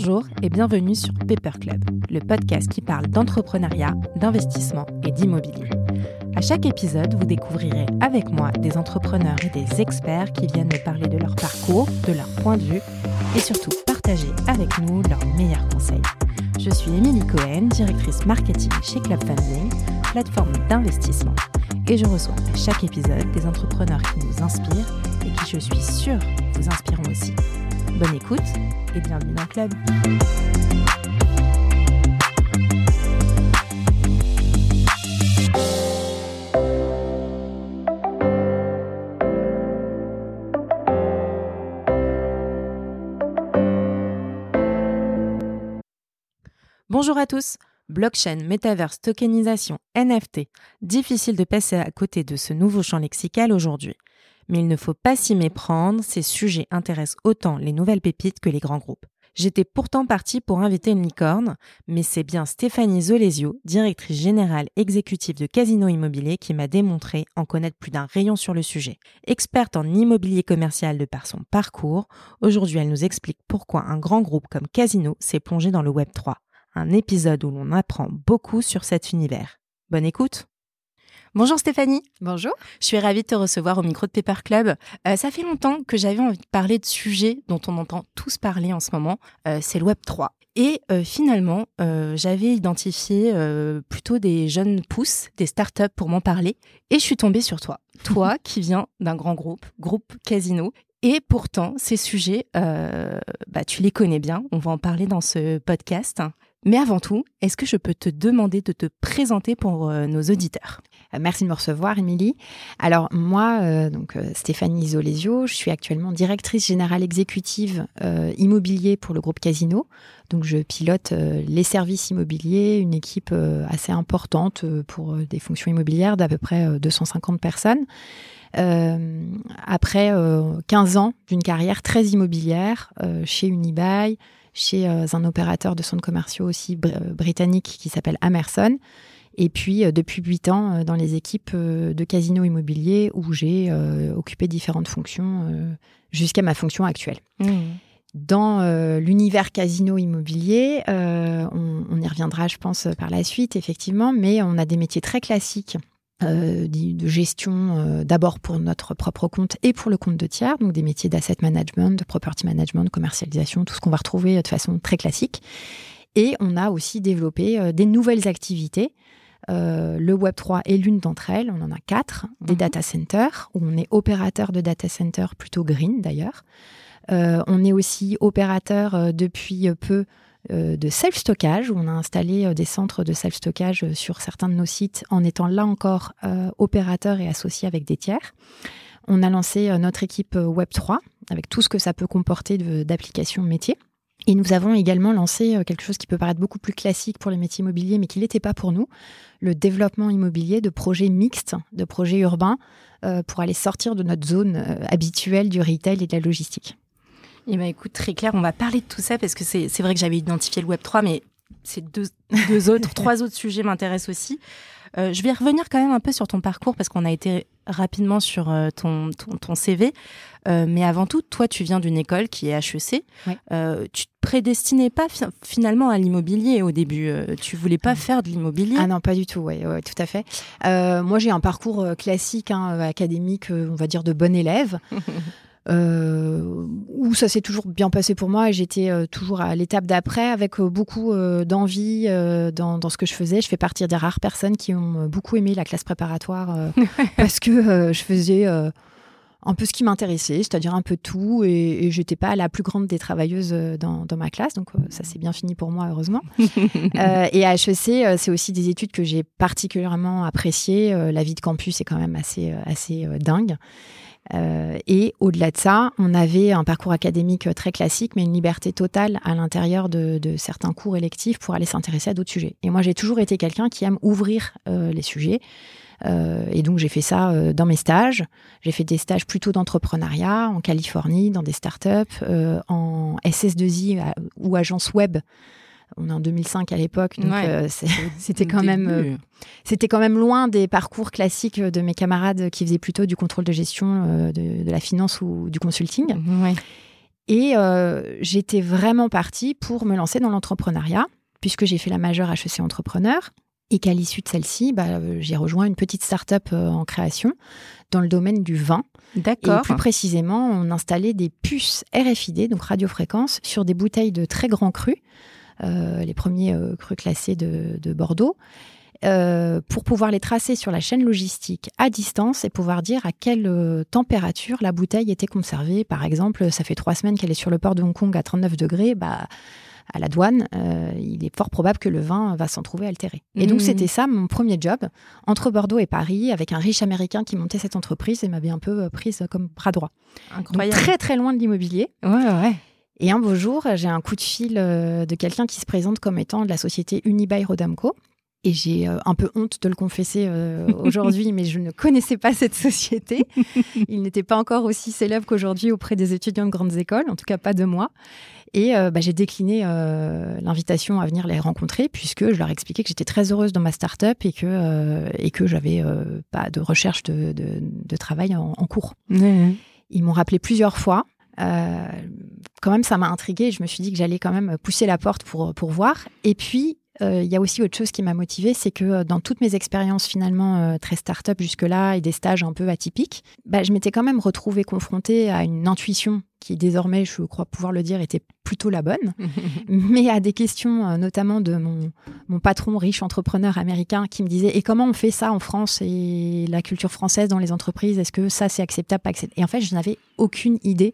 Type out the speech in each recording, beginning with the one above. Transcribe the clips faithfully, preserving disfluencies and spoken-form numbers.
Bonjour et bienvenue sur Paper Club, le podcast qui parle d'entrepreneuriat, d'investissement et d'immobilier. À chaque épisode, vous découvrirez avec moi des entrepreneurs et des experts qui viennent me parler de leur parcours, de leur point de vue et surtout partager avec nous leurs meilleurs conseils. Je suis Émilie Cohen, directrice marketing chez Club Funding, plateforme d'investissement. Et je reçois à chaque épisode des entrepreneurs qui nous inspirent et qui, je suis sûre, vous inspireront aussi. Bonne écoute et bienvenue dans le club. Bonjour à tous. Blockchain, Metaverse, tokenisation, N F T. Difficile de passer à côté de ce nouveau champ lexical aujourd'hui. Mais il ne faut pas s'y méprendre, ces sujets intéressent autant les nouvelles pépites que les grands groupes. J'étais pourtant partie pour inviter une licorne, mais c'est bien Stéphanie Zolesio, directrice générale exécutive de Casino Immobilier, qui m'a démontré en connaître plus d'un rayon sur le sujet. Experte en immobilier commercial de par son parcours, aujourd'hui elle nous explique pourquoi un grand groupe comme Casino s'est plongé dans le web trois. Un épisode où l'on apprend beaucoup sur cet univers. Bonne écoute. Bonjour Stéphanie. Bonjour. Je suis ravie de te recevoir au micro de Paper Club. Euh, ça fait longtemps que j'avais envie de parler de sujets dont on entend tous parler en ce moment. Euh, c'est le web trois. Et euh, finalement, euh, j'avais identifié euh, plutôt des jeunes pousses, des startups pour m'en parler. Et je suis tombée sur toi. Toi qui viens d'un grand groupe, groupe Casino. Et pourtant, ces sujets, euh, bah, tu les connais bien. On va en parler dans ce podcast. Mais avant tout, est-ce que je peux te demander de te présenter pour euh, nos auditeurs ? Merci de me recevoir, Émilie. Alors moi, euh, donc euh, Stéphanie Zolesio, je suis actuellement directrice générale exécutive euh, immobilier pour le groupe Casino. Donc je pilote euh, les services immobiliers, une équipe euh, assez importante euh, pour euh, des fonctions immobilières d'à peu près euh, deux cent cinquante personnes. Euh, après euh, quinze ans d'une carrière très immobilière euh, chez Unibail, chez euh, un opérateur de centres commerciaux aussi br- britannique qui s'appelle Amerson. Et puis, euh, depuis huit ans, euh, dans les équipes euh, de Casino Immobilier où j'ai euh, occupé différentes fonctions euh, jusqu'à ma fonction actuelle. Mmh. Dans euh, l'univers Casino Immobilier, euh, on, on y reviendra, je pense, par la suite, effectivement, mais on a des métiers très classiques euh, de gestion, euh, d'abord pour notre propre compte et pour le compte de tiers, donc des métiers d'asset management, de property management, de commercialisation, tout ce qu'on va retrouver de façon très classique. Et on a aussi développé euh, des nouvelles activités. Euh, le web trois est l'une d'entre elles, on en a quatre, des mmh. data centers, où on est opérateur de data centers plutôt green d'ailleurs. Euh, on est aussi opérateur euh, depuis peu euh, de self-stockage, où on a installé euh, des centres de self-stockage sur certains de nos sites, en étant là encore euh, opérateur et associé avec des tiers. On a lancé euh, notre équipe euh, web trois, avec tout ce que ça peut comporter de, d'applications métiers. Et nous avons également lancé quelque chose qui peut paraître beaucoup plus classique pour les métiers immobiliers, mais qui ne l'était pas pour nous, le développement immobilier de projets mixtes, de projets urbains, euh, pour aller sortir de notre zone euh, habituelle du retail et de la logistique. Eh bien, écoute, très clair, on va parler de tout ça, parce que c'est, c'est vrai que j'avais identifié le web trois, mais ces deux, deux autres, trois autres sujets m'intéressent aussi. Euh, je vais revenir quand même un peu sur ton parcours, parce qu'on a été rapidement sur euh, ton, ton, ton C V. Euh, mais avant tout, toi, tu viens d'une école qui est H E C. Oui. Euh, tu te prédestinais pas fi- finalement à l'immobilier au début. Euh, tu voulais pas ah. faire de l'immobilier. Ah non, pas du tout. Oui, ouais, tout à fait. Euh, moi, j'ai un parcours euh, classique, hein, académique, euh, on va dire de bon élève. Euh, où ça s'est toujours bien passé pour moi et j'étais euh, toujours à l'étape d'après avec euh, beaucoup euh, d'envie euh, dans, dans ce que je faisais. Je fais partie des rares personnes qui ont euh, beaucoup aimé la classe préparatoire euh, parce que euh, je faisais euh, un peu ce qui m'intéressait, c'est-à-dire un peu tout et, et j'étais pas la plus grande des travailleuses dans, dans ma classe, donc euh, ça s'est bien fini pour moi, heureusement. euh, et à H E C, euh, c'est aussi des études que j'ai particulièrement appréciées. Euh, la vie de campus est quand même assez, assez euh, dingue. Euh, et au-delà de ça, on avait un parcours académique très classique, mais une liberté totale à l'intérieur de, de certains cours électifs pour aller s'intéresser à d'autres sujets. Et moi, j'ai toujours été quelqu'un qui aime ouvrir euh, les sujets. Euh, et donc, j'ai fait ça euh, dans mes stages. J'ai fait des stages plutôt d'entrepreneuriat en Californie, dans des startups, euh, en S S deux I à, ou agence web. On est en deux mille cinq à l'époque, donc ouais, euh, c'est, c'était quand même, euh, c'était quand même loin des parcours classiques de mes camarades qui faisaient plutôt du contrôle de gestion, euh, de, de la finance ou du consulting. Ouais. Et euh, j'étais vraiment partie pour me lancer dans l'entrepreneuriat, puisque j'ai fait la majeure H E C entrepreneur. Et qu'à l'issue de celle-ci, bah, j'ai rejoint une petite start-up euh, en création dans le domaine du vin. D'accord. Et plus précisément, on installait des puces R F I D, donc radiofréquence, sur des bouteilles de très grands crus, euh, les premiers euh, crus classés de, de Bordeaux, euh, pour pouvoir les tracer sur la chaîne logistique à distance et pouvoir dire à quelle euh, température la bouteille était conservée. Par exemple, ça fait trois semaines qu'elle est sur le port de Hong Kong à trente-neuf degrés, bah... à la douane, euh, il est fort probable que le vin va s'en trouver altéré. Et donc, mmh. c'était ça mon premier job, entre Bordeaux et Paris, avec un riche Américain qui montait cette entreprise et m'avait un peu prise comme bras droit. Incroyable. Donc, très, très loin de l'immobilier. Ouais, ouais. Et un beau jour, j'ai un coup de fil de quelqu'un qui se présente comme étant de la société Unibail-Rodamco. Et j'ai euh, un peu honte de le confesser euh, aujourd'hui, mais je ne connaissais pas cette société. Il n'était pas encore aussi célèbre qu'aujourd'hui auprès des étudiants de grandes écoles, en tout cas pas de moi. Et euh, bah, j'ai décliné euh, l'invitation à venir les rencontrer, puisque je leur ai expliqué que j'étais très heureuse dans ma start-up et que, euh, et que j'avais euh, pas de recherche de, de, de travail en, en cours. Mmh. Ils m'ont rappelé plusieurs fois. Euh, quand même, ça m'a intriguée. Je me suis dit que j'allais quand même pousser la porte pour, pour voir. Et puis, il euh, y a aussi autre chose qui m'a motivée, c'est que euh, dans toutes mes expériences finalement euh, très start-up jusque-là et des stages un peu atypiques, bah, je m'étais quand même retrouvée confrontée à une intuition qui désormais, je crois pouvoir le dire, était plutôt la bonne, mais à des questions euh, notamment de mon, mon patron riche entrepreneur américain qui me disait « Et comment on fait ça en France et la culture française dans les entreprises? Est-ce que ça, c'est acceptable, pas acceptable ?» Et en fait, je n'avais aucune idée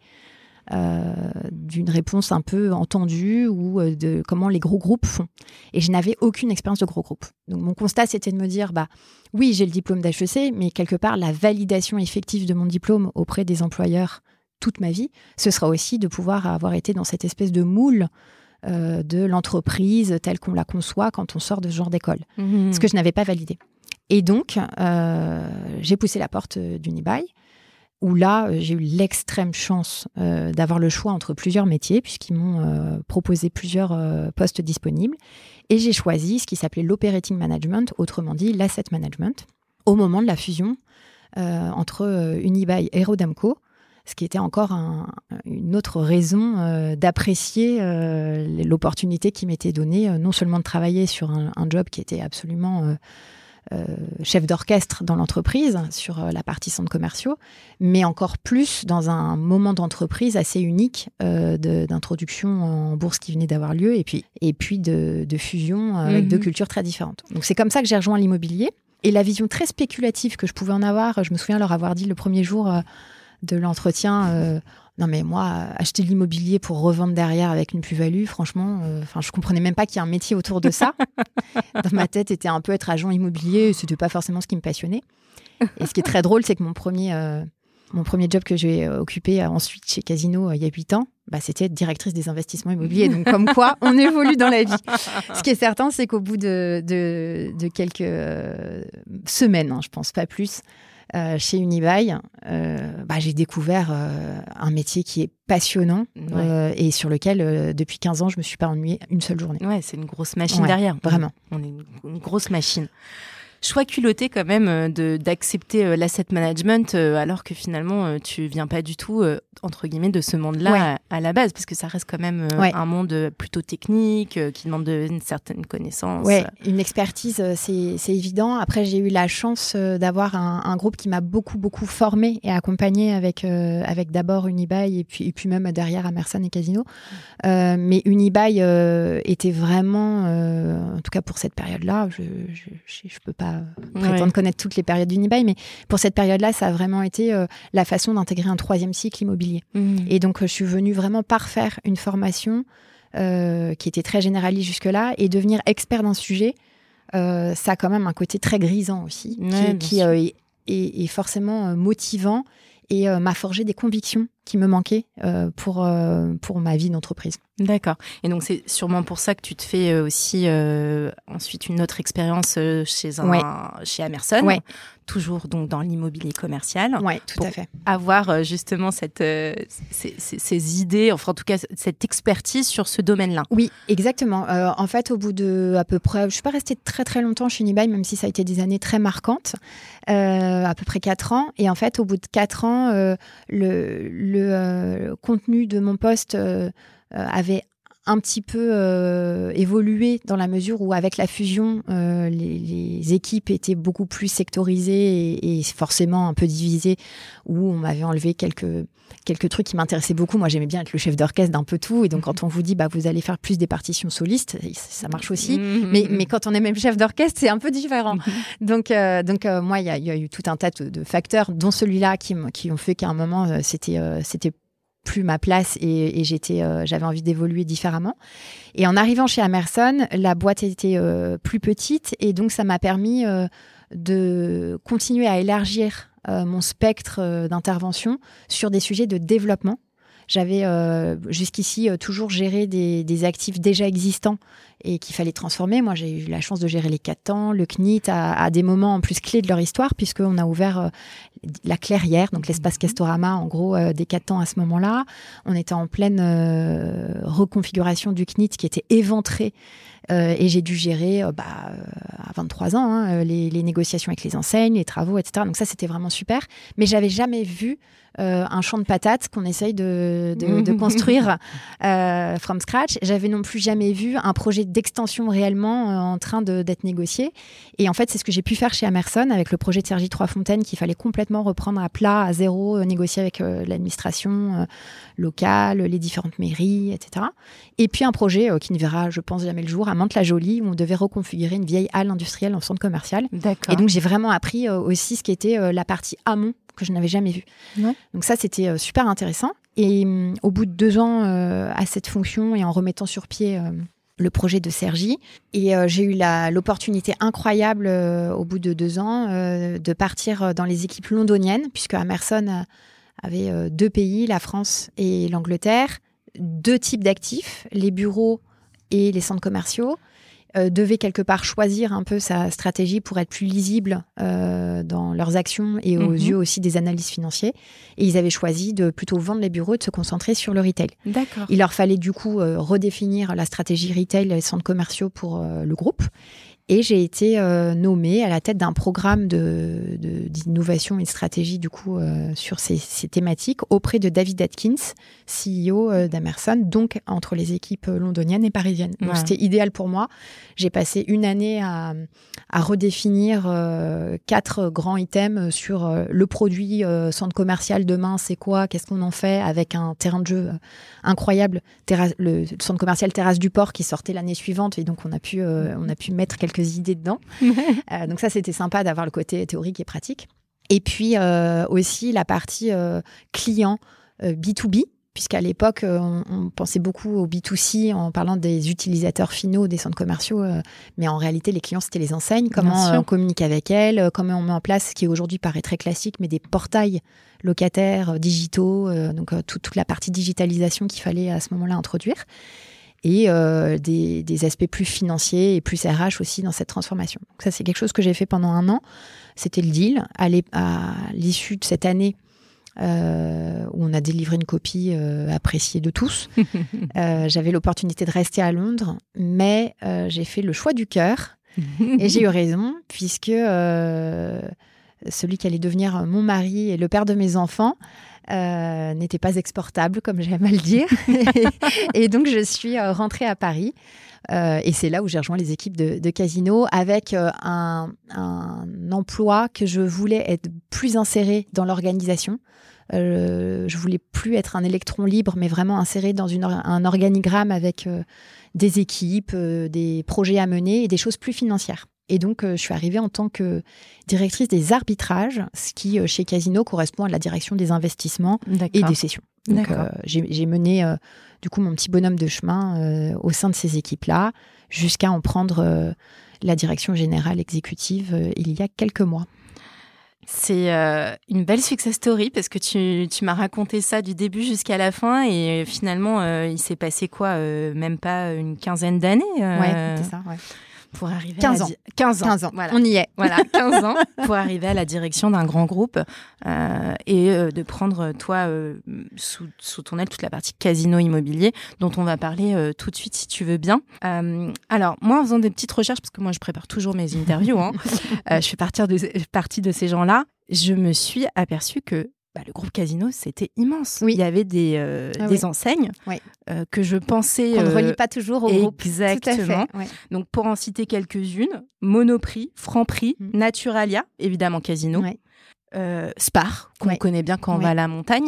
Euh, d'une réponse un peu entendue ou euh, de comment les gros groupes font. Et je n'avais aucune expérience de gros groupes. Donc mon constat, c'était de me dire, bah oui, j'ai le diplôme d'H E C, mais quelque part, la validation effective de mon diplôme auprès des employeurs toute ma vie, ce sera aussi de pouvoir avoir été dans cette espèce de moule euh, de l'entreprise telle qu'on la conçoit quand on sort de ce genre d'école. Mmh. Ce que je n'avais pas validé. Et donc, euh, j'ai poussé la porte d'Unibail, où là, j'ai eu l'extrême chance euh, d'avoir le choix entre plusieurs métiers, puisqu'ils m'ont euh, proposé plusieurs euh, postes disponibles. Et j'ai choisi ce qui s'appelait l'operating management, autrement dit l'asset management, au moment de la fusion euh, entre euh, Unibail et Rodamco, ce qui était encore un, une autre raison euh, d'apprécier euh, l'opportunité qui m'était donnée, euh, non seulement de travailler sur un, un job qui était absolument... Euh, Euh, chef d'orchestre dans l'entreprise sur euh, la partie centres commerciaux, mais encore plus dans un moment d'entreprise assez unique euh, de, d'introduction en bourse qui venait d'avoir lieu et puis, et puis de, de fusion avec mmh. deux cultures très différentes. Donc c'est comme ça que j'ai rejoint l'immobilier. Et la vision très spéculative que je pouvais en avoir, je me souviens leur avoir dit le premier jour euh, de l'entretien euh, non mais moi, acheter de l'immobilier pour revendre derrière avec une plus-value, franchement, enfin, euh, je comprenais même pas qu'il y ait un métier autour de ça. Dans ma tête, était un peu être agent immobilier, c'était pas forcément ce qui me passionnait. Et ce qui est très drôle, c'est que mon premier, euh, mon premier job que j'ai occupé euh, ensuite chez Casino euh, il y a huit ans, bah, c'était être directrice des investissements immobiliers. Donc comme quoi, on évolue dans la vie. Ce qui est certain, c'est qu'au bout de, de, de quelques euh, semaines, hein, je pense pas plus, Euh, chez Unibail, euh, bah, j'ai découvert euh, un métier qui est passionnant ouais. euh, et sur lequel, euh, depuis quinze ans, je ne me suis pas ennuyée une seule journée. Ouais, c'est une grosse machine ouais, derrière. Vraiment. On est une, une grosse machine. Choix culotté quand même de, d'accepter euh, l'asset management euh, alors que finalement, euh, tu viens pas du tout, euh, entre guillemets, de ce monde-là ouais. à, à la base, parce que ça reste quand même euh, ouais. un monde plutôt technique, euh, qui demande de, une certaine connaissance. Oui, une expertise, c'est, c'est évident. Après, j'ai eu la chance euh, d'avoir un, un groupe qui m'a beaucoup, beaucoup formée et accompagnée avec, euh, avec d'abord Unibail et puis, et puis même derrière Amerson et Casino. Mmh. Euh, mais Unibail euh, était vraiment, euh, en tout cas pour cette période-là, je ne peux pas prétendre ouais. connaître toutes les périodes d'Unibail, mais pour cette période-là, ça a vraiment été euh, la façon d'intégrer un troisième cycle immobilier. Mmh. Et donc, je suis venue vraiment parfaire une formation euh, qui était très généraliste jusque-là, et devenir expert d'un sujet, euh, ça a quand même un côté très grisant aussi, ouais, qui, qui euh, est, est, est forcément euh, motivant et euh, m'a forgé des convictions qui me manquaient euh, pour, euh, pour ma vie d'entreprise. D'accord. Et donc, c'est sûrement pour ça que tu te fais aussi euh, ensuite une autre expérience chez, un, ouais. chez Amerson, ouais. toujours donc dans l'immobilier commercial. Oui, tout à fait. Avoir justement cette, euh, ces, ces, ces idées, enfin en tout cas cette expertise sur ce domaine-là. Oui, exactement. Euh, en fait, au bout de à peu près, je ne suis pas restée très très longtemps chez Unibail, même si ça a été des années très marquantes, euh, à peu près quatre ans. Et en fait, au bout de quatre ans, euh, le, le euh, contenu de mon poste euh, avait un petit peu euh, évolué dans la mesure où avec la fusion, euh, les, les équipes étaient beaucoup plus sectorisées et, et forcément un peu divisées, où on m'avait enlevé quelques, quelques trucs qui m'intéressaient beaucoup. Moi, j'aimais bien être le chef d'orchestre d'un peu tout. Et donc, quand on vous dit, bah, vous allez faire plus des partitions solistes, ça marche aussi. Mm-hmm. Mais, mais quand on est même chef d'orchestre, c'est un peu différent. Mm-hmm. Donc, euh, donc euh, moi, il y, y a eu tout un tas de, de facteurs, dont celui-là, qui, qui ont fait qu'à un moment, euh, c'était, euh, c'était plus ma place et, et j'étais, euh, j'avais envie d'évoluer différemment. Et en arrivant chez Emerson, la boîte était euh, plus petite et donc ça m'a permis euh, de continuer à élargir euh, mon spectre euh, d'intervention sur des sujets de développement. J'avais euh, jusqu'ici euh, toujours géré des, des actifs déjà existants et qu'il fallait transformer. Moi, j'ai eu la chance de gérer les quatre temps, le C N I T, à, à des moments en plus clés de leur histoire, puisqu'on a ouvert euh, la Clairière, donc l'espace Castorama, en gros, euh, des quatre temps à ce moment-là. On était en pleine euh, reconfiguration du C N I T qui était éventré. Euh, et j'ai dû gérer euh, bah, euh, à vingt-trois ans hein, les, les négociations avec les enseignes, les travaux, et cetera. Donc ça, c'était vraiment super. Mais j'avais jamais vu euh, un champ de patates qu'on essaye de, de, de construire euh, from scratch. J'avais non plus jamais vu un projet d'extension réellement euh, en train de, d'être négocié. Et en fait, c'est ce que j'ai pu faire chez Emerson avec le projet de Cergy Trois-Fontaines qu'il fallait complètement reprendre à plat, à zéro, euh, négocier avec euh, l'administration euh, locale, les différentes mairies, et cetera. Et puis un projet euh, qui ne verra, je pense, jamais le jour, à Mantes-la-Jolie, où on devait reconfigurer une vieille halle industrielle en centre commercial. D'accord. Et donc, j'ai vraiment appris euh, aussi ce qui était euh, la partie amont que je n'avais jamais vue. Ouais. Donc ça, c'était euh, super intéressant. Et euh, au bout de deux ans euh, à cette fonction et en remettant sur pied euh, le projet de Cergy, et euh, j'ai eu la, l'opportunité incroyable euh, au bout de deux ans euh, de partir dans les équipes londoniennes, puisque Emerson avait euh, deux pays, la France et l'Angleterre, deux types d'actifs, les bureaux et les centres commerciaux, euh, devaient quelque part choisir un peu sa stratégie pour être plus lisible euh, dans leurs actions et aux mmh. yeux aussi des analystes financiers. Et ils avaient choisi de plutôt vendre les bureaux et de se concentrer sur le retail. D'accord. Il leur fallait du coup euh, redéfinir la stratégie retail et les centres commerciaux pour euh, le groupe. Et j'ai été euh, nommée à la tête d'un programme de, de, d'innovation et de stratégie du coup, euh, sur ces, ces thématiques auprès de David Atkins, C E O euh, d'Emerson, donc entre les équipes londoniennes et parisiennes. Donc ouais. C'était idéal pour moi. J'ai passé une année à, à redéfinir euh, quatre grands items sur euh, le produit euh, centre commercial demain, c'est quoi, qu'est-ce qu'on en fait, avec un terrain de jeu euh, incroyable, terrasse, le, le centre commercial Terrasse du Port qui sortait l'année suivante, et donc on a pu, euh, on a pu mettre quelques idées dedans. euh, donc ça, c'était sympa d'avoir le côté théorique et pratique. Et puis euh, aussi la partie euh, client euh, B to B, puisqu'à l'époque, euh, on, on pensait beaucoup au B to C en parlant des utilisateurs finaux des centres commerciaux, euh, mais en réalité, les clients, c'était les enseignes. Comment euh, on communique avec elles, euh, comment on met en place, ce qui aujourd'hui paraît très classique, mais des portails locataires, euh, digitaux, euh, donc euh, tout, toute la partie digitalisation qu'il fallait à ce moment-là introduire. Et euh, des, des aspects plus financiers et plus R H aussi dans cette transformation. Donc ça, c'est quelque chose que j'ai fait pendant un an. C'était le deal. À, à l'issue de cette année, euh, où on a délivré une copie euh, appréciée de tous, euh, j'avais l'opportunité de rester à Londres, mais euh, j'ai fait le choix du cœur. Et j'ai eu raison, puisque euh, celui qui allait devenir mon mari et le père de mes enfants Euh, n'était pas exportable, comme j'aime à le dire. et, et donc, je suis euh, rentrée à Paris. Euh, et c'est là où j'ai rejoint les équipes de, de Casino avec euh, un, un emploi que je voulais être plus inséré dans l'organisation. Euh, je voulais plus être un électron libre, mais vraiment inséré dans une, un organigramme avec euh, des équipes, euh, des projets à mener et des choses plus financières. Et donc, euh, je suis arrivée en tant que directrice des arbitrages, ce qui, euh, chez Casino, correspond à la direction des investissements D'accord. et des cessions. Donc, euh, j'ai, j'ai mené, euh, du coup, mon petit bonhomme de chemin euh, au sein de ces équipes-là, jusqu'à en prendre euh, la direction générale exécutive euh, il y a quelques mois. C'est euh, une belle success story parce que tu, tu m'as raconté ça du début jusqu'à la fin et finalement, euh, il s'est passé quoi euh, même pas une quinzaine d'années euh... Ouais, c'est ça, ouais. Pour arriver quinze à ans. Di- quinze ans. quinze ans. Voilà. On y est. Voilà, quinze ans pour arriver à la direction d'un grand groupe euh, et euh, de prendre, toi, euh, sous, sous ton aile toute la partie casino immobilier dont on va parler euh, tout de suite si tu veux bien. Euh, alors, moi, en faisant des petites recherches, parce que moi, je prépare toujours mes interviews, hein, euh, je fais partie de, partie de ces gens-là, je me suis aperçue que bah, le groupe Casino, c'était immense. Oui. Il y avait des, euh, ah, des oui. enseignes oui. euh, que je pensais... On ne euh, relie pas toujours au groupe. Exactement. Tout à fait, ouais. Donc, pour en citer quelques-unes, Monoprix, Franprix, mm. Naturalia, évidemment Casino, ouais. euh, Spar, qu'on ouais. connaît bien quand on ouais. va à la montagne.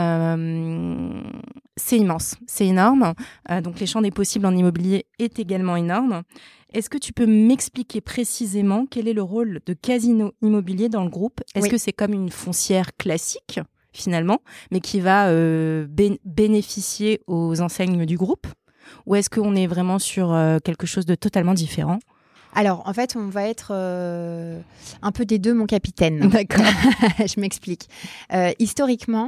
Euh, c'est immense, c'est énorme. Euh, donc, les champs des possibles en immobilier est également énorme. Est-ce que tu peux m'expliquer précisément quel est le rôle de Casino Immobilier dans le groupe ? Est-ce oui. que c'est comme une foncière classique, finalement, mais qui va euh, bé- bénéficier aux enseignes du groupe ? Ou est-ce qu'on est vraiment sur euh, quelque chose de totalement différent ? Alors, en fait, on va être euh, un peu des deux, mon capitaine. D'accord. Je m'explique. Euh, historiquement,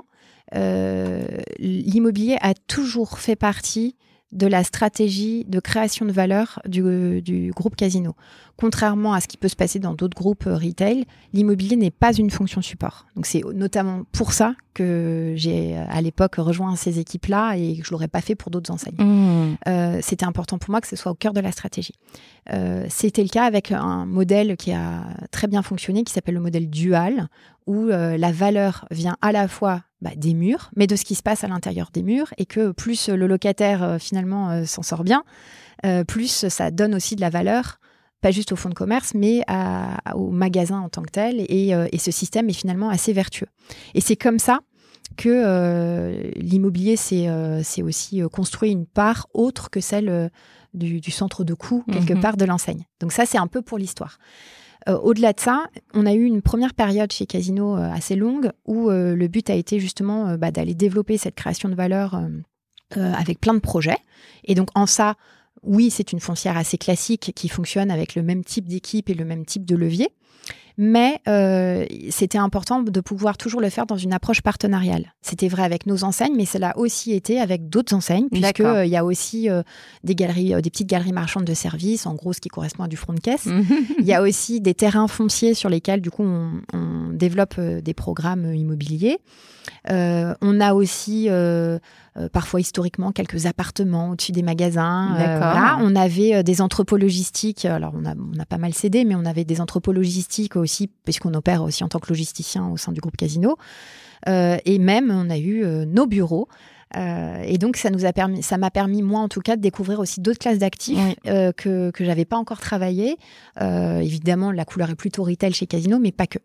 euh, l'immobilier a toujours fait partie de la stratégie de création de valeur du, du groupe Casino. Contrairement à ce qui peut se passer dans d'autres groupes retail, l'immobilier n'est pas une fonction support. Donc c'est notamment pour ça que j'ai à l'époque rejoint ces équipes-là et que je ne l'aurais pas fait pour d'autres enseignes. Mmh. Euh, c'était important pour moi que ce soit au cœur de la stratégie. Euh, c'était le cas avec un modèle qui a très bien fonctionné, qui s'appelle le modèle dual, où euh, la valeur vient à la fois bah, des murs, mais de ce qui se passe à l'intérieur des murs, et que plus le locataire euh, finalement euh, s'en sort bien, euh, plus ça donne aussi de la valeur, pas juste au fonds de commerce, mais à, à, au magasin en tant que tel, et, euh, et ce système est finalement assez vertueux. Et c'est comme ça que euh, l'immobilier s'est, euh, s'est aussi euh, construit une part autre que celle euh, du, du centre de coût, quelque mmh. part, de l'enseigne. Donc ça, c'est un peu pour l'histoire. Euh, au-delà de ça, on a eu une première période chez Casino euh, assez longue où euh, le but a été justement euh, bah, d'aller développer cette création de valeur euh, euh, avec plein de projets. Et donc en ça, oui, c'est une foncière assez classique qui fonctionne avec le même type d'équipe et le même type de levier. Mais euh, c'était important de pouvoir toujours le faire dans une approche partenariale. C'était vrai avec nos enseignes, mais cela a aussi été avec d'autres enseignes, puisqu'il euh, y a aussi euh, des galeries, euh, des petites galeries marchandes de services, en gros, ce qui correspond à du front de caisse. Il y a aussi des terrains fonciers sur lesquels, du coup, on, on développe euh, des programmes immobiliers. Euh, on a aussi, euh, euh, parfois historiquement, quelques appartements au-dessus des magasins. Euh, voilà. On avait euh, des entrepôts logistiques. Alors, on a, on a pas mal cédé, mais on avait des entrepôts logistiques aussi, puisqu'on opère aussi en tant que logisticien au sein du groupe Casino. Euh, et même, on a eu euh, nos bureaux. Euh, et donc, ça nous a permis, ça m'a permis, moi en tout cas, de découvrir aussi d'autres classes d'actifs oui. euh, que, que je n'avais pas encore travaillé. Euh, évidemment, la couleur est plutôt retail chez Casino, mais pas que.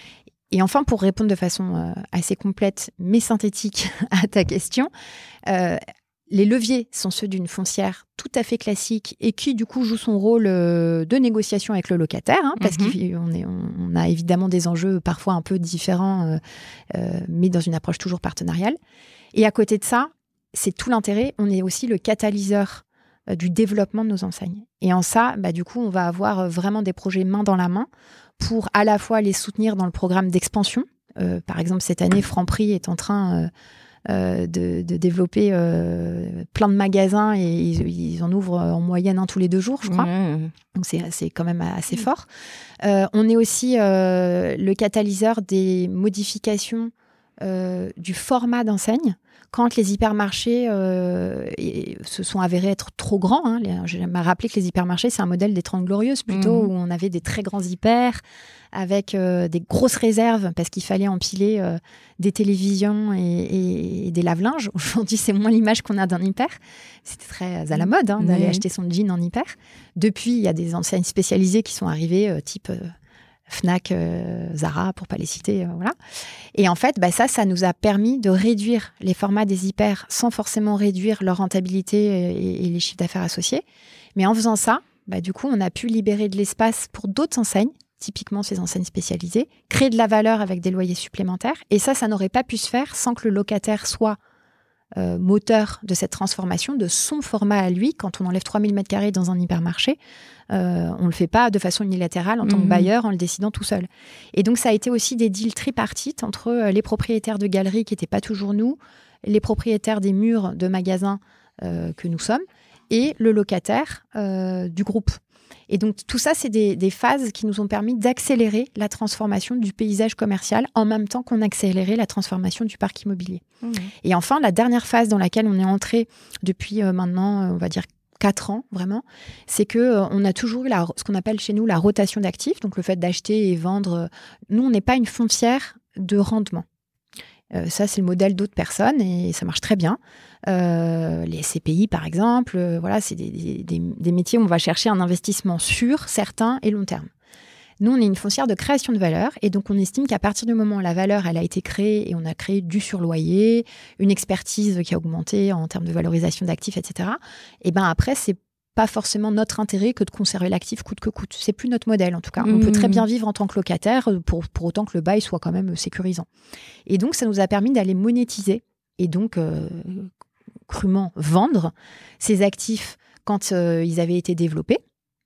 Et enfin, pour répondre de façon euh, assez complète, mais synthétique à ta question, euh, les leviers sont ceux d'une foncière tout à fait classique et qui, du coup, joue son rôle euh, de négociation avec le locataire, hein, parce mm-hmm. qu'on est, on a évidemment des enjeux parfois un peu différents, euh, euh, mais dans une approche toujours partenariale. Et à côté de ça, c'est tout l'intérêt, on est aussi le catalyseur euh, du développement de nos enseignes. Et en ça, bah, du coup, on va avoir vraiment des projets main dans la main pour à la fois les soutenir dans le programme d'expansion. Euh, par exemple, cette année, Franprix est en train euh, euh, de, de développer euh, plein de magasins et ils, ils en ouvrent en moyenne un tous les deux jours, je crois. Mmh. Donc, c'est, c'est quand même assez fort. Euh, on est aussi euh, le catalyseur des modifications euh, du format d'enseigne. Quand les hypermarchés euh, se sont avérés être trop grands, hein, je m'ai rappelé que les hypermarchés, c'est un modèle des Trente Glorieuses plutôt, mmh. où on avait des très grands hyper avec euh, des grosses réserves parce qu'il fallait empiler euh, des télévisions et, et, et des lave-linges. Aujourd'hui, c'est moins l'image qu'on a d'un hyper. C'était très à la mode hein, d'aller mmh. acheter son jean en hyper. Depuis, il y a des enseignes spécialisées qui sont arrivées, euh, type... Euh, Fnac, euh, Zara, pour pas les citer, euh, voilà. Et en fait, bah, ça, ça nous a permis de réduire les formats des hyper sans forcément réduire leur rentabilité et, et les chiffres d'affaires associés. Mais en faisant ça, bah, du coup, on a pu libérer de l'espace pour d'autres enseignes, typiquement ces enseignes spécialisées, créer de la valeur avec des loyers supplémentaires. Et ça, ça n'aurait pas pu se faire sans que le locataire soit Euh, moteur de cette transformation, de son format à lui. Quand on enlève trois mille mètres carrés dans un hypermarché, euh, on ne le fait pas de façon unilatérale en tant mmh. que bailleur en le décidant tout seul. Et donc, ça a été aussi des deals tripartites entre euh, les propriétaires de galeries qui n'étaient pas toujours nous, les propriétaires des murs de magasins euh, que nous sommes et le locataire euh, du groupe. Et donc, tout ça, c'est des, des phases qui nous ont permis d'accélérer la transformation du paysage commercial en même temps qu'on accélérait la transformation du parc immobilier. Mmh. Et enfin, la dernière phase dans laquelle on est entré depuis euh, maintenant, on va dire, quatre ans, vraiment, c'est qu'on euh, a toujours eu la, ce qu'on appelle chez nous la rotation d'actifs, donc le fait d'acheter et vendre. Nous, on n'est pas une foncière de rendement. Euh, ça, c'est le modèle d'autres personnes et ça marche très bien. Euh, les C P I, par exemple, euh, voilà, c'est des, des, des, des métiers où on va chercher un investissement sûr, certain et long terme. Nous, on est une foncière de création de valeur et donc on estime qu'à partir du moment où la valeur elle a été créée et on a créé du surloyer, une expertise qui a augmenté en termes de valorisation d'actifs, et cetera, et ben après, c'est pas forcément notre intérêt que de conserver l'actif coûte que coûte. C'est plus notre modèle, en tout cas. Mmh. On peut très bien vivre en tant que locataire pour, pour autant que le bail soit quand même sécurisant. Et donc, ça nous a permis d'aller monétiser et donc euh, crûment vendre ces actifs quand euh, ils avaient été développés.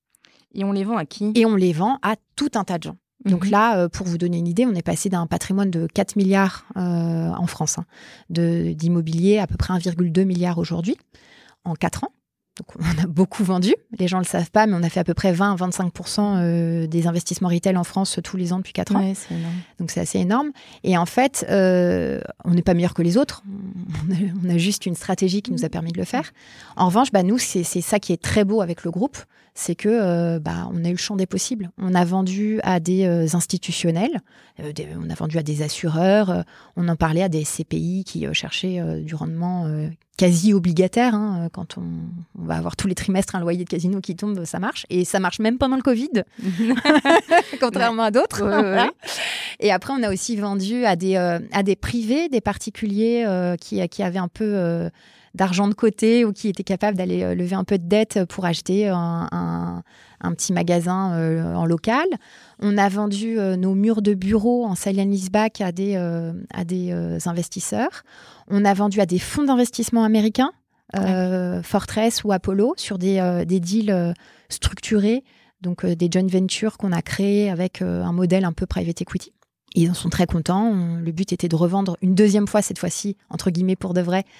Et on les vend à qui ? Et on les vend à tout un tas de gens. Mmh. Donc là, euh, pour vous donner une idée, on est passé d'un patrimoine de quatre milliards euh, en France, hein, de, d'immobilier, à peu près un virgule deux milliard aujourd'hui, en quatre ans. Donc, on a beaucoup vendu. Les gens ne le savent pas, mais on a fait à peu près vingt à vingt-cinq pour cent euh, des investissements retail en France tous les ans depuis quatre ans. Ouais, c'est énorme. Donc, c'est assez énorme. Et en fait, euh, on n'est pas meilleur que les autres. On a, on a juste une stratégie qui nous a permis de le faire. En revanche, bah, nous, c'est, c'est ça qui est très beau avec le groupe. C'est que euh, bah, on a eu le champ des possibles. On a vendu à des euh, institutionnels, euh, des, on a vendu à des assureurs, euh, on en parlait à des C P I qui euh, cherchaient euh, du rendement euh, quasi obligataire. Hein, quand on, on va avoir tous les trimestres un loyer de casino qui tombe, ça marche. Et ça marche même pendant le Covid, contrairement ouais. à d'autres. Ouais, ouais, ouais. Et après, on a aussi vendu à des, euh, à des privés, des particuliers euh, qui, qui avaient un peu... Euh, d'argent de côté ou qui étaient capables d'aller euh, lever un peu de dette pour acheter un, un, un petit magasin euh, en local. On a vendu euh, nos murs de bureau en sale and leaseback à des, euh, à des euh, investisseurs. On a vendu à des fonds d'investissement américains, euh, ouais. Fortress ou Apollo, sur des, euh, des deals euh, structurés, donc euh, des joint ventures qu'on a créés avec euh, un modèle un peu private equity. Ils en sont très contents. On, le but était de revendre une deuxième fois, cette fois-ci, entre guillemets, pour de vrai,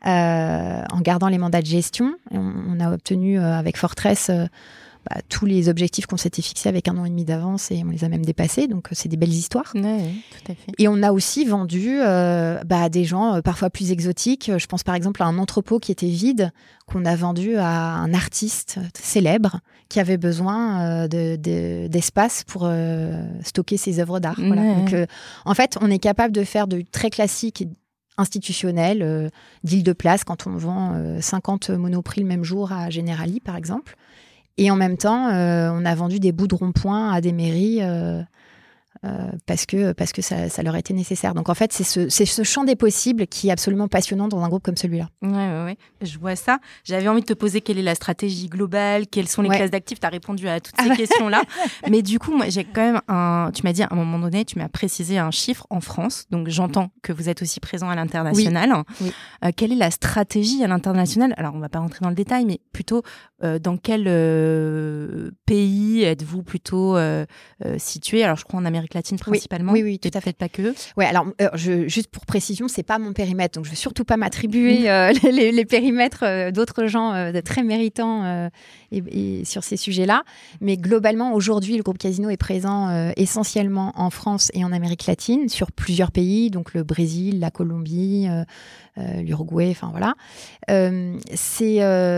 euh, en gardant les mandats de gestion. On, on a obtenu euh, avec Fortress euh, bah, tous les objectifs qu'on s'était fixés avec un an et demi d'avance et on les a même dépassés. Donc, c'est des belles histoires. Oui, oui, tout à fait. Et on a aussi vendu euh, bah, à des gens euh, parfois plus exotiques. Je pense par exemple à un entrepôt qui était vide, qu'on a vendu à un artiste célèbre qui avait besoin euh, de, de, d'espace pour euh, stocker ses œuvres d'art. Ouais. Voilà. Donc, euh, en fait, on est capable de faire de très classique institutionnel, euh, deal de place quand on vend euh, cinquante Monoprix le même jour à Generali, par exemple. Et en même temps, euh, on a vendu des bouts de rond-point à des mairies euh, euh, parce que, parce que ça, ça leur était nécessaire. Donc en fait, c'est ce, c'est ce champ des possibles qui est absolument passionnant dans un groupe comme celui-là. Ouais, ouais, ouais. Je vois ça. J'avais envie de te poser quelle est la stratégie globale, quelles sont les ouais. classes d'actifs. Tu as répondu à toutes ces ah questions-là. Mais du coup, moi, j'ai quand même un... Tu m'as dit à un moment donné, tu m'as précisé un chiffre en France. Donc j'entends que vous êtes aussi présent à l'international. Oui. Oui. Euh, quelle est la stratégie à l'international ? Alors, on ne va pas rentrer dans le détail, mais plutôt euh, dans quel euh, pays êtes-vous plutôt euh, euh, situé ? Alors, je crois en Amérique latine principalement. Oui, oui, oui, tout à fait. Peut-être pas que. Ouais, alors euh, je, juste pour précision, c'est pas mon périmètre, donc je vais surtout pas m'attribuer euh, les, les périmètres euh, d'autres gens euh, de très méritants euh, et, et sur ces sujets-là. Mais globalement, aujourd'hui, le groupe Casino est présent euh, essentiellement en France et en Amérique latine, sur plusieurs pays, donc le Brésil, la Colombie, euh, euh, l'Uruguay, enfin voilà. Euh, ces,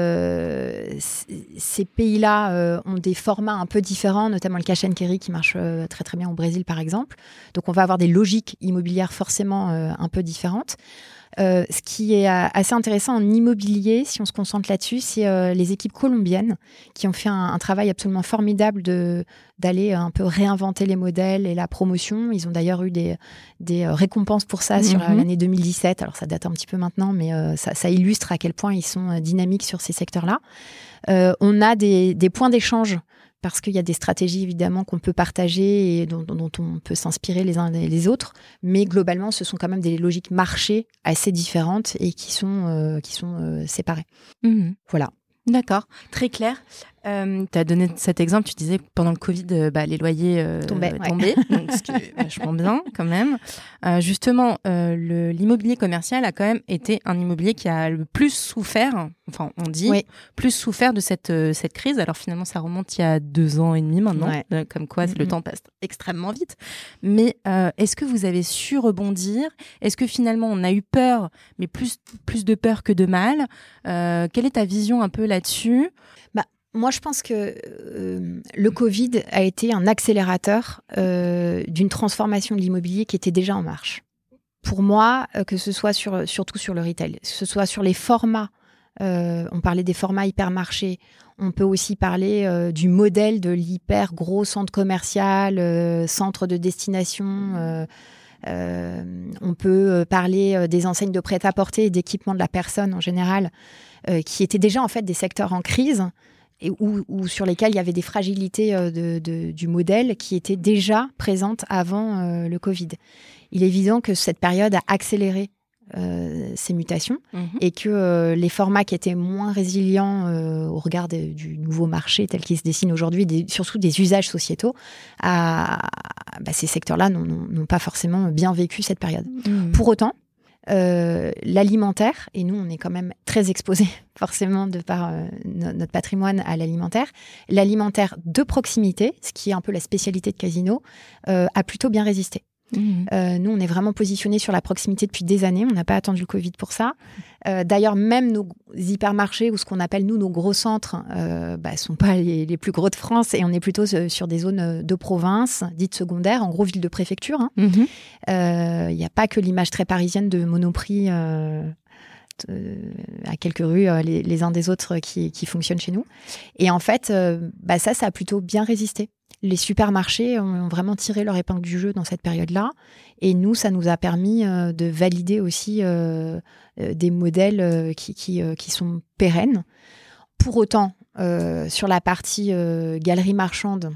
euh, ces pays-là euh, ont des formats un peu différents, notamment le cash and carry qui marche euh, très très bien au Brésil par exemple. Donc on va avoir des logiques immobilières forcément euh, un peu différentes. Euh, ce qui est euh, assez intéressant en immobilier, si on se concentre là-dessus, c'est euh, les équipes colombiennes qui ont fait un, un travail absolument formidable de, d'aller un peu réinventer les modèles et la promotion. Ils ont d'ailleurs eu des, des récompenses pour ça sur mm-hmm. l'année deux mille dix-sept. Alors ça date un petit peu maintenant, mais euh, ça, ça illustre à quel point ils sont dynamiques sur ces secteurs-là. Euh, on a des, des points d'échange parce qu'il y a des stratégies évidemment qu'on peut partager et dont, dont on peut s'inspirer les uns et les autres, mais globalement ce sont quand même des logiques marché assez différentes et qui sont, euh, qui sont euh, séparées. Mmh. Voilà. D'accord, très clair. Euh, tu as donné cet exemple, tu disais que pendant le Covid, euh, bah, les loyers euh, tombaient, ouais. tombaient donc ce qui est vachement bien quand même. Euh, justement, euh, le, l'immobilier commercial a quand même été un immobilier qui a le plus souffert, enfin on dit, oui. plus souffert de cette, euh, cette crise. Alors finalement, ça remonte il y a deux ans et demi maintenant, ouais. euh, comme quoi mm-hmm. le temps passe extrêmement vite. Mais euh, est-ce que vous avez su rebondir ? Est-ce que finalement on a eu peur, mais plus, plus de peur que de mal ? euh, Quelle est ta vision un peu là-dessus ? Bah, moi, je pense que euh, le Covid a été un accélérateur euh, d'une transformation de l'immobilier qui était déjà en marche. pour moi, euh, que ce soit sur, surtout sur le retail, que ce soit sur les formats, euh, on parlait des formats hypermarchés, on peut aussi parler euh, du modèle de l'hyper gros centre commercial, euh, centre de destination. Euh, euh, on peut parler des enseignes de prêt-à-porter et d'équipement de la personne en général, euh, qui étaient déjà en fait des secteurs en crise et où, où sur lesquels il y avait des fragilités euh, de, de, du modèle qui étaient déjà présentes avant euh, le Covid. Il est évident que cette période a accéléré Euh, ces mutations mmh. et que euh, les formats qui étaient moins résilients euh, au regard de, du nouveau marché tel qu'il se dessine aujourd'hui, des, surtout des usages sociétaux, à, bah, ces secteurs-là n'ont, n'ont pas forcément bien vécu cette période. Mmh. Pour autant, euh, l'alimentaire, et nous on est quand même très exposés forcément de par euh, notre patrimoine à l'alimentaire, l'alimentaire de proximité, ce qui est un peu la spécialité de Casino, euh, a plutôt bien résisté. Mmh. Euh, nous, on est vraiment positionnés sur la proximité depuis des années. On n'a pas attendu le Covid pour ça. Euh, d'ailleurs, même nos hypermarchés ou ce qu'on appelle, nous, nos gros centres, euh, bah, sont pas les, les plus gros de France et on est plutôt euh, sur des zones de province, dites secondaires, en gros, ville de préfecture. Il hein. mmh. euh, n'y a pas que l'image très parisienne de Monoprix euh, euh, à quelques rues, euh, les, les uns des autres qui, qui fonctionnent chez nous. Et en fait, euh, bah, ça, ça a plutôt bien résisté. Les supermarchés ont vraiment tiré leur épingle du jeu dans cette période-là. Et nous, ça nous a permis euh, de valider aussi euh, euh, des modèles euh, qui, qui, euh, qui sont pérennes. Pour autant, euh, sur la partie euh, galerie marchande,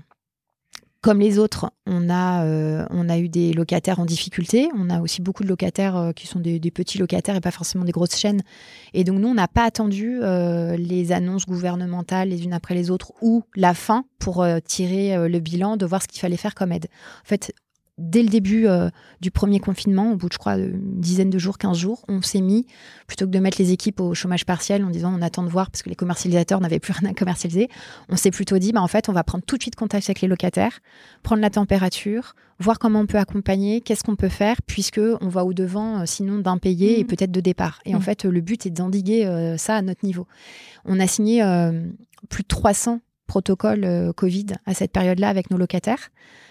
comme les autres, on a, euh, on a eu des locataires en difficulté. On a aussi beaucoup de locataires euh, qui sont des, des petits locataires et pas forcément des grosses chaînes. Et donc, nous, on n'a pas attendu euh, les annonces gouvernementales les unes après les autres ou la fin pour euh, tirer euh, le bilan, de voir ce qu'il fallait faire comme aide. En fait, dès le début euh, du premier confinement, au bout de, je crois, une dizaine de jours, quinze jours, on s'est mis, plutôt que de mettre les équipes au chômage partiel en disant on attend de voir parce que les commercialisateurs n'avaient plus rien à commercialiser, on s'est plutôt dit, bah, en fait, on va prendre tout de suite contact avec les locataires, prendre la température, voir comment on peut accompagner, qu'est-ce qu'on peut faire, puisqu'on va au-devant, euh, sinon, d'impayés mmh. et peut-être de départ. Et mmh. en fait, le but est d'endiguer euh, ça à notre niveau. On a signé euh, plus de trois cents protocoles euh, Covid à cette période-là avec nos locataires.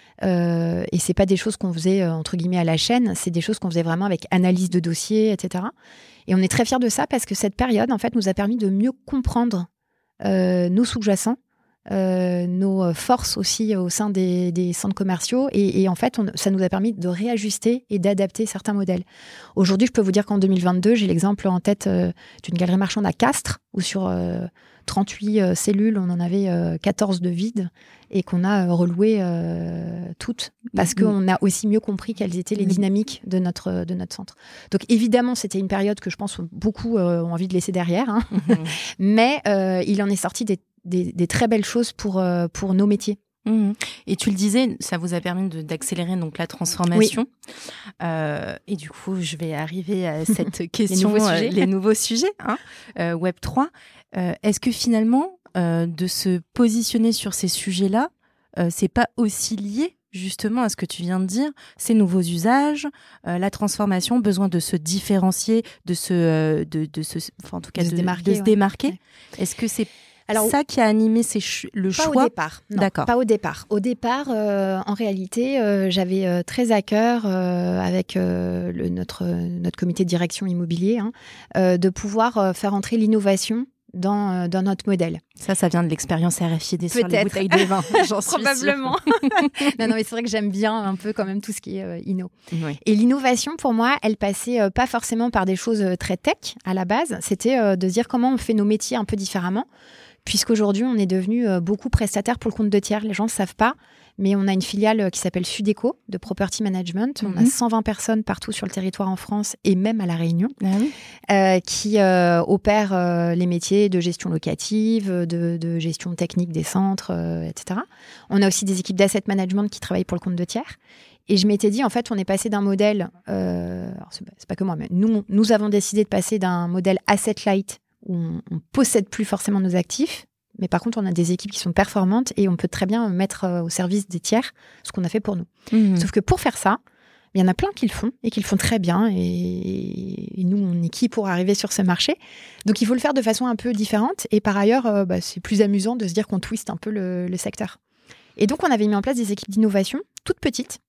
Euh, et c'est pas des choses qu'on faisait euh, entre guillemets à la chaîne, c'est des choses qu'on faisait vraiment avec analyse de dossier, et cetera. Et on est très fiers de ça parce que cette période, en fait, nous a permis de mieux comprendre euh, nos sous-jacents, euh, nos forces aussi au sein des, des centres commerciaux. Et, et en fait, on, ça nous a permis de réajuster et d'adapter certains modèles. Aujourd'hui, je peux vous dire qu'en deux mille vingt-deux, j'ai l'exemple en tête euh, d'une galerie marchande à Castres, où sur euh, trente-huit euh, cellules, on en avait euh, quatorze de vides et qu'on a euh, reloué euh, toutes parce mmh. qu'on a aussi mieux compris quelles étaient les dynamiques de notre, de notre centre. Donc évidemment, c'était une période que je pense beaucoup euh, ont envie de laisser derrière, hein. mmh. mais euh, il en est sorti des, des, des très belles choses pour, euh, pour nos métiers. Mmh. Et tu le disais, ça vous a permis de, d'accélérer donc la transformation. Oui. Euh, et du coup, je vais arriver à cette question, les nouveaux sujets, euh, les nouveaux sujets hein, euh, Web trois. Euh, est-ce que finalement, euh, de se positionner sur ces sujets-là, euh, c'est pas aussi lié justement à ce que tu viens de dire, ces nouveaux usages, euh, la transformation, besoin de se différencier, de se, euh, de, de se, enfin, en tout cas, de, de se démarquer. De se ouais. démarquer. Ouais. Est-ce que c'est Alors, ça qui a animé ces ch- le pas choix Pas au départ. Non, D'accord. Pas au départ. Au départ, euh, en réalité, euh, j'avais euh, très à cœur, euh, avec euh, le, notre, notre comité de direction immobilier, hein, euh, de pouvoir euh, faire entrer l'innovation dans, euh, dans notre modèle. Ça, ça vient de l'expérience R F I D sur les bouteilles de vin, j'en suis Probablement. non, non, mais c'est vrai que j'aime bien un peu quand même tout ce qui est euh, inno. Oui. Et l'innovation, pour moi, elle passait euh, pas forcément par des choses euh, très tech à la base. C'était euh, de dire comment on fait nos métiers un peu différemment. Puisqu'aujourd'hui, on est devenu euh, beaucoup prestataire pour le compte de tiers. Les gens ne savent pas, mais on a une filiale qui s'appelle Sudeco de Property Management. Mm-hmm. On a cent vingt personnes partout sur le territoire en France et même à La Réunion ah oui. euh, qui euh, opèrent euh, les métiers de gestion locative, de, de gestion technique des centres, euh, et cetera. On a aussi des équipes d'asset management qui travaillent pour le compte de tiers. Et je m'étais dit, en fait, on est passé d'un modèle... Euh, alors c'est, c'est pas que moi, mais nous, nous avons décidé de passer d'un modèle asset light où on ne possède plus forcément nos actifs, mais par contre, on a des équipes qui sont performantes et on peut très bien mettre au service des tiers ce qu'on a fait pour nous. Mmh. Sauf que pour faire ça, il y en a plein qui le font et qui le font très bien. Et, et nous, on est qui pour arriver sur ce marché ? Donc, il faut le faire de façon un peu différente. Et par ailleurs, euh, bah, c'est plus amusant de se dire qu'on twiste un peu le, le secteur. Et donc, on avait mis en place des équipes d'innovation toutes petites,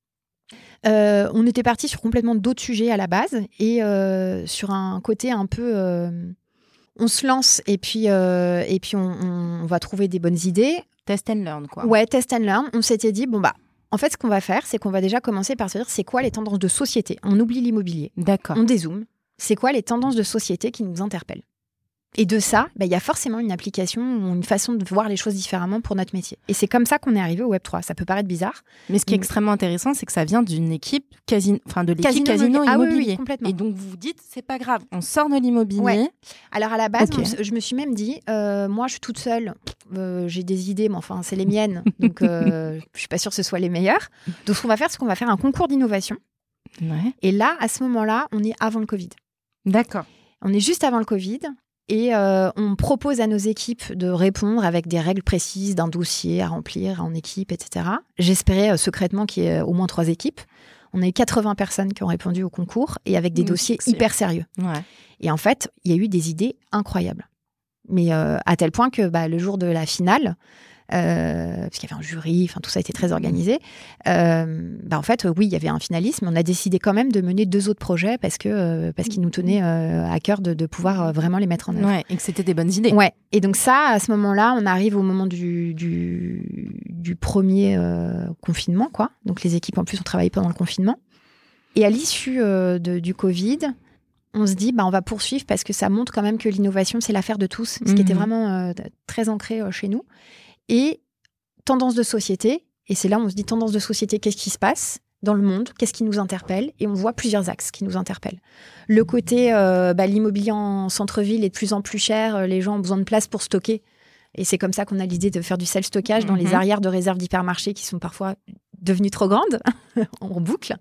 euh, On était parti sur complètement d'autres sujets à la base et euh, sur un côté un peu... Euh, on se lance et puis, euh, et puis on, on va trouver des bonnes idées. Test and learn, quoi. Ouais, test and learn. On s'était dit, bon bah, en fait, ce qu'on va faire, c'est qu'on va déjà commencer par se dire, c'est quoi les tendances de société ? On oublie l'immobilier. D'accord. On dézoome. C'est quoi les tendances de société qui nous interpellent ? Et de ça, bah, y a forcément une application ou une façon de voir les choses différemment pour notre métier. Et c'est comme ça qu'on est arrivé au web trois. Ça peut paraître bizarre. Mais ce qui est extrêmement intéressant, c'est que ça vient d'une équipe casino, enfin de l'équipe casino, casino ah, immobilier. Oui, oui, complètement. Et donc vous vous dites, c'est pas grave, on sort de l'immobilier. Ouais. Alors à la base, okay. on, je me suis même dit, euh, moi je suis toute seule, euh, j'ai des idées, mais enfin c'est les miennes, donc euh, je suis pas sûre que ce soit les meilleures. Donc ce qu'on va faire, c'est qu'on va faire un concours d'innovation. Ouais. Et là, à ce moment-là, on est avant le Covid. D'accord. On est juste avant le Covid. Et euh, on propose à nos équipes de répondre avec des règles précises d'un dossier à remplir en équipe, et cetera. J'espérais euh, secrètement qu'il y ait au moins trois équipes. On a eu quatre-vingts personnes qui ont répondu au concours et avec des mmh, dossiers hyper sérieux. Ouais. Et en fait, il y a eu des idées incroyables. Mais euh, à tel point que bah, le jour de la finale, euh, parce qu'il y avait un jury, enfin tout ça était très organisé, euh, bah, en fait, oui, il y avait un finaliste, mais on a décidé quand même de mener deux autres projets parce que euh, parce qu'il nous tenait euh, à cœur de, de pouvoir euh, vraiment les mettre en œuvre. Ouais, et que c'était des bonnes idées. Ouais. Et donc ça, à ce moment-là, on arrive au moment du du, du premier euh, confinement, quoi. Donc les équipes en plus ont travaillé pendant le confinement. Et à l'issue euh, de, du Covid, on se dit, bah, on va poursuivre parce que ça montre quand même que l'innovation, c'est l'affaire de tous, ce mmh. qui était vraiment euh, très ancré euh, chez nous. Et tendance de société, et c'est là où on se dit tendance de société, qu'est-ce qui se passe dans le monde, qu'est-ce qui nous interpelle, et on voit plusieurs axes qui nous interpellent. Le côté, euh, bah, l'immobilier en centre-ville est de plus en plus cher, les gens ont besoin de place pour stocker, et c'est comme ça qu'on a l'idée de faire du self-stockage mmh. dans les arrières de réserves d'hypermarchés qui sont parfois devenues trop grandes, en boucle.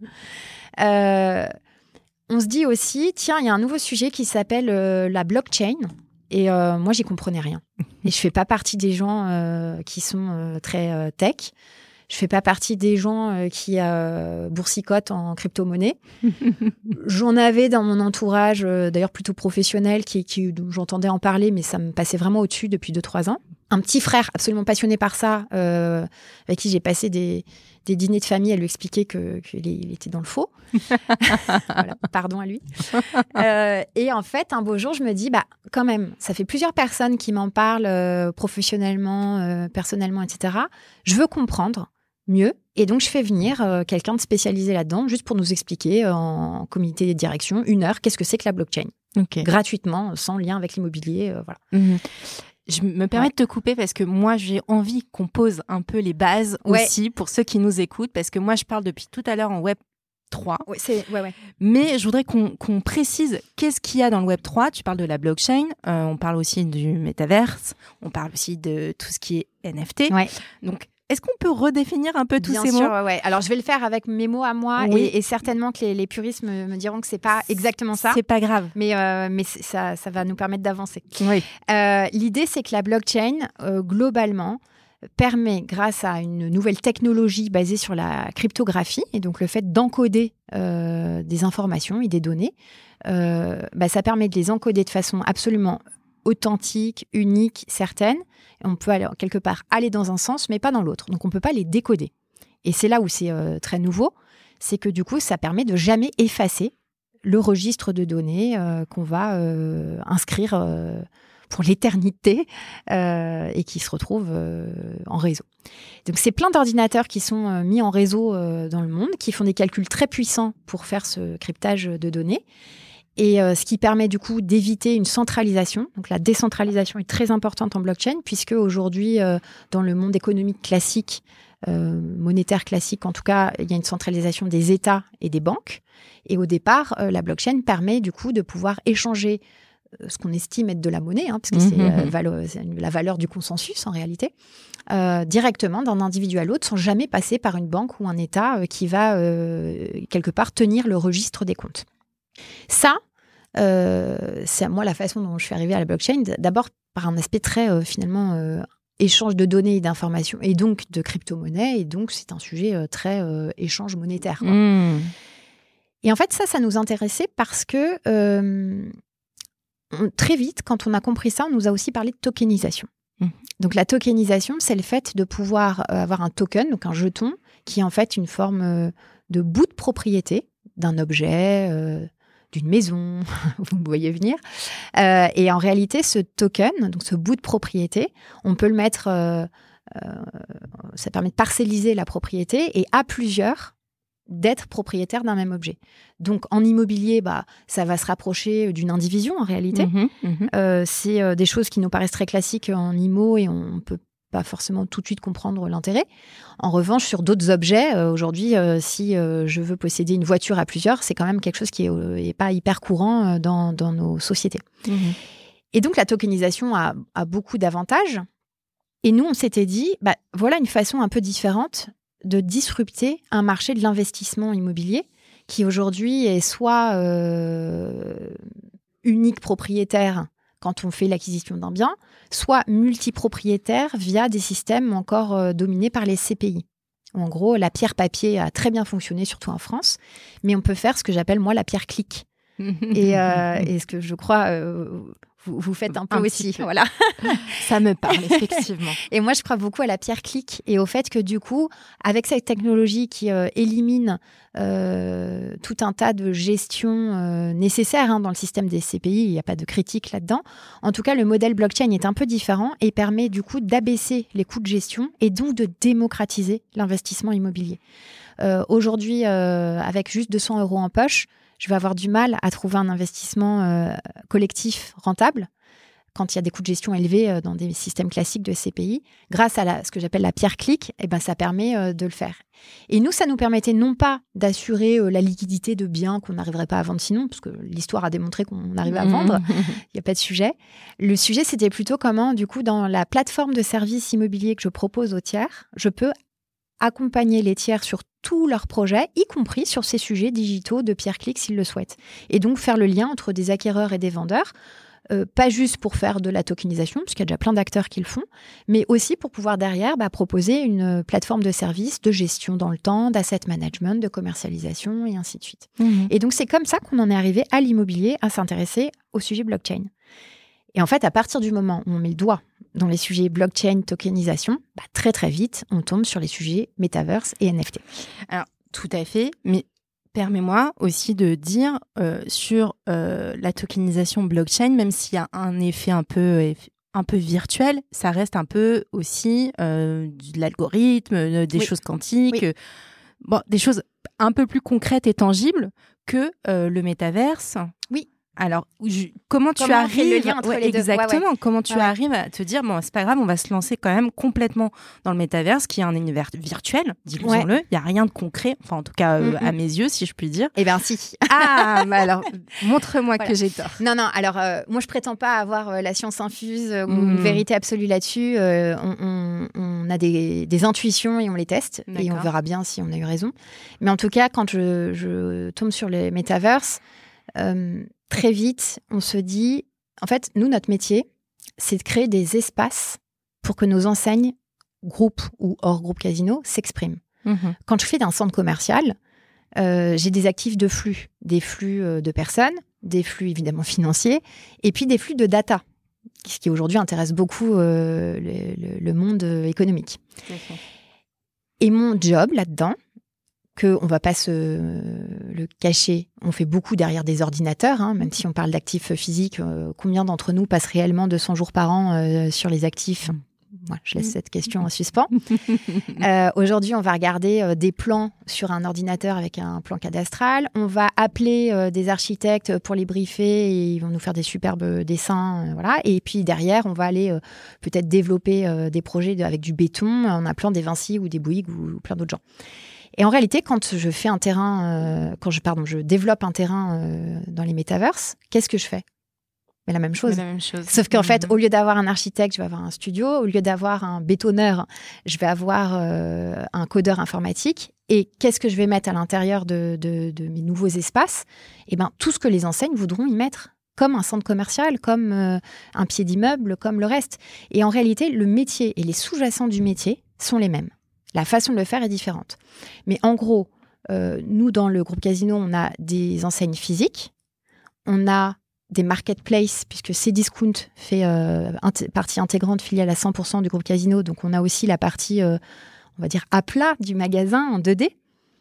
Euh, on se dit aussi, tiens, il y a un nouveau sujet qui s'appelle euh, la blockchain. Et euh, moi, j'y comprenais rien. Et je fais pas partie des gens euh, qui sont euh, très euh, tech. Je fais pas partie des gens euh, qui euh, boursicotent en crypto-monnaie. J'en avais dans mon entourage, euh, d'ailleurs plutôt professionnel, qui, qui, dont j'entendais en parler, mais ça me passait vraiment au-dessus depuis deux trois ans. Un petit frère absolument passionné par ça, euh, avec qui j'ai passé des, des dîners de famille à lui expliquer que, qu'il il était dans le faux. Voilà, pardon à lui. Euh, et en fait, un beau jour, je me dis, bah, quand même, ça fait plusieurs personnes qui m'en parlent euh, professionnellement, euh, personnellement, et cetera. Je veux comprendre mieux. Et donc, je fais venir euh, quelqu'un de spécialisé là-dedans, juste pour nous expliquer euh, en comité de direction, une heure, qu'est-ce que c'est que la blockchain. Okay. Gratuitement, sans lien avec l'immobilier. Euh, voilà. Mmh. Je me permets ouais. de te couper parce que moi, j'ai envie qu'on pose un peu les bases ouais. aussi pour ceux qui nous écoutent, parce que moi, je parle depuis tout à l'heure en web trois. Ouais, c'est, ouais, ouais. Mais je voudrais qu'on, qu'on précise qu'est-ce qu'il y a dans le web trois. Tu parles de la blockchain, euh, on parle aussi du métaverse, on parle aussi de tout ce qui est N F T. Ouais. Donc, est-ce qu'on peut redéfinir un peu tous Bien ces sûr, mots ? ouais, ouais. Alors, je vais le faire avec mes mots à moi oui. et, et certainement que les, les puristes me, me diront que c'est pas exactement ça. C'est pas grave. Mais, euh, mais ça, ça va nous permettre d'avancer. Oui. Euh, l'idée, c'est que la blockchain, euh, globalement, permet, grâce à une nouvelle technologie basée sur la cryptographie, et donc le fait d'encoder euh, des informations et des données, euh, bah, ça permet de les encoder de façon absolument authentique, unique, certaine. On peut aller, quelque part aller dans un sens, mais pas dans l'autre. Donc, on ne peut pas les décoder. Et c'est là où c'est euh, très nouveau, c'est que du coup, ça permet de jamais effacer le registre de données euh, qu'on va euh, inscrire euh, pour l'éternité euh, et qui se retrouve euh, en réseau. Donc, c'est plein d'ordinateurs qui sont euh, mis en réseau euh, dans le monde, qui font des calculs très puissants pour faire ce cryptage de données. Et euh, ce qui permet du coup d'éviter une centralisation. Donc la décentralisation est très importante en blockchain, puisque aujourd'hui, euh, dans le monde économique classique, euh, monétaire classique en tout cas, il y a une centralisation des États et des banques. Et au départ, euh, la blockchain permet du coup de pouvoir échanger euh, ce qu'on estime être de la monnaie, hein, parce que mmh, c'est, euh, valo- c'est la valeur du consensus en réalité, euh, directement d'un individu à l'autre, sans jamais passer par une banque ou un État euh, qui va euh, quelque part tenir le registre des comptes. Ça, euh, c'est moi la façon dont je suis arrivée à la blockchain, d'abord par un aspect très euh, finalement euh, échange de données et d'informations, et donc de crypto-monnaie, et donc c'est un sujet euh, très euh, échange monétaire, quoi. Mmh. Et en fait ça, ça nous intéressait parce que euh, on, très vite, quand on a compris ça, on nous a aussi parlé de tokenisation. Mmh. Donc la tokenisation, c'est le fait de pouvoir avoir un token, donc un jeton, qui est en fait une forme euh, de bouts de propriété d'un objet, euh, d'une maison, vous me voyez venir. Euh, et en réalité, ce token, donc ce bout de propriété, on peut le mettre, euh, euh, ça permet de parcelliser la propriété et à plusieurs, d'être propriétaire d'un même objet. Donc, en immobilier, bah, ça va se rapprocher d'une indivision en réalité. Mmh, mmh. Euh, c'est euh, des choses qui nous paraissent très classiques en immo et on ne peut pas forcément tout de suite comprendre l'intérêt. En revanche, sur d'autres objets, euh, aujourd'hui, euh, si euh, je veux posséder une voiture à plusieurs, c'est quand même quelque chose qui n'est euh, pas hyper courant euh, dans, dans nos sociétés. Mmh. Et donc, la tokenisation a, a beaucoup d'avantages. Et nous, on s'était dit, bah, voilà une façon un peu différente de disrupter un marché de l'investissement immobilier qui aujourd'hui est soit euh, unique propriétaire quand on fait l'acquisition d'un bien, soit multipropriétaire via des systèmes encore euh, dominés par les C P I. En gros, la pierre papier a très bien fonctionné, surtout en France, mais on peut faire ce que j'appelle moi la pierre clic. et, euh, et ce que je crois... Euh, Vous, vous faites un peu un aussi, peu. Voilà. Ça me parle, effectivement. Et moi, je crois beaucoup à la pierre clic et au fait que du coup, avec cette technologie qui euh, élimine euh, tout un tas de gestions euh, nécessaires hein, dans le système des C P I, il n'y a pas de critique là-dedans. En tout cas, le modèle blockchain est un peu différent et permet du coup d'abaisser les coûts de gestion et donc de démocratiser l'investissement immobilier. Euh, aujourd'hui, euh, avec juste deux cents euros en poche, je vais avoir du mal à trouver un investissement euh, collectif rentable quand il y a des coûts de gestion élevés euh, dans des systèmes classiques de C P I. Grâce à la, ce que j'appelle la pierre clic, eh ben, ça permet euh, de le faire. Et nous, ça nous permettait non pas d'assurer euh, la liquidité de biens qu'on n'arriverait pas à vendre sinon, parce que l'histoire a démontré qu'on arrivait à vendre, il n'y a pas de sujet. Le sujet, c'était plutôt comment, du coup, dans la plateforme de services immobiliers que je propose aux tiers, je peux accompagner les tiers sur tous leurs projets, y compris sur ces sujets digitaux de pierre clic s'ils le souhaitent. Et donc faire le lien entre des acquéreurs et des vendeurs, euh, pas juste pour faire de la tokenisation, puisqu'il y a déjà plein d'acteurs qui le font, mais aussi pour pouvoir derrière bah, proposer une plateforme de services, de gestion dans le temps, d'asset management, de commercialisation et ainsi de suite. Mmh. Et donc c'est comme ça qu'on en est arrivé à l'immobilier, à s'intéresser au sujet blockchain. Et en fait, à partir du moment où on met le doigt dans les sujets blockchain, tokenisation, bah, très très vite, on tombe sur les sujets metaverse et N F T. Alors, tout à fait, mais permets-moi aussi de dire euh, sur euh, la tokenisation blockchain, même s'il y a un effet un peu, un peu virtuel, ça reste un peu aussi euh, de l'algorithme, des oui. choses quantiques, oui. bon, des choses un peu plus concrètes et tangibles que euh, le métaverse. Oui. Alors, je, comment tu comment arrives le lien entre ouais, les deux. Exactement. Ouais, ouais. Comment tu ouais. arrives à te dire bon, c'est pas grave, on va se lancer quand même complètement dans le métaverse, qui est un univers virtuel, disons-le. Il ouais. y a rien de concret, enfin en tout cas euh, mm-hmm. à mes yeux, si je puis dire. Eh bien, si. Ah, bah alors, montre-moi voilà. que j'ai tort. Non, non. Alors, euh, moi, je prétends pas avoir euh, la science infuse euh, ou mm. une vérité absolue là-dessus. Euh, on, on, on a des, des intuitions et on les teste D'accord. et on verra bien si on a eu raison. Mais en tout cas, quand je, je tombe sur le métaverse. Euh, Très vite, on se dit, en fait, nous, notre métier, c'est de créer des espaces pour que nos enseignes, groupes ou hors groupe casino, s'expriment. Mmh. Quand je fais d'un centre commercial, euh, j'ai des actifs de flux, des flux euh, de personnes, des flux évidemment financiers, et puis des flux de data, ce qui aujourd'hui intéresse beaucoup euh, le, le, le monde économique. Okay. Et mon job là-dedans, qu'on ne va pas se le cacher, on fait beaucoup derrière des ordinateurs, hein, même si on parle d'actifs physiques, euh, combien d'entre nous passent réellement deux cents jours par an euh, sur les actifs ? Moi, je laisse cette question en suspens. Euh, aujourd'hui, on va regarder euh, des plans sur un ordinateur avec un plan cadastral. On va appeler euh, des architectes pour les briefer et ils vont nous faire des superbes dessins. Euh, voilà. Et puis derrière, on va aller euh, peut-être développer euh, des projets de, avec du béton en appelant des Vinci ou des Bouygues ou, ou plein d'autres gens. Et en réalité, quand je fais un terrain, euh, quand je, pardon, je développe un terrain euh, dans les métaverses, qu'est-ce que je fais ? Mais la même chose. Mais la même chose. Sauf qu'en mmh. fait, Mm-hmm. au lieu d'avoir un architecte, je vais avoir un studio. Au lieu d'avoir un bétonneur, je vais avoir euh, un codeur informatique. Et qu'est-ce que je vais mettre à l'intérieur de, de, de mes nouveaux espaces ? Eh ben, tout ce que les enseignes voudront y mettre, comme un centre commercial, comme euh, un pied d'immeuble, comme le reste. Et en réalité, le métier et les sous-jacents du métier sont les mêmes. La façon de le faire est différente. Mais en gros, euh, nous, dans le groupe Casino, on a des enseignes physiques, on a des marketplaces, puisque Cdiscount fait euh, int- partie intégrante, filiale à cent pour cent du groupe Casino. Donc, on a aussi la partie, euh, on va dire, à plat du magasin en deux D.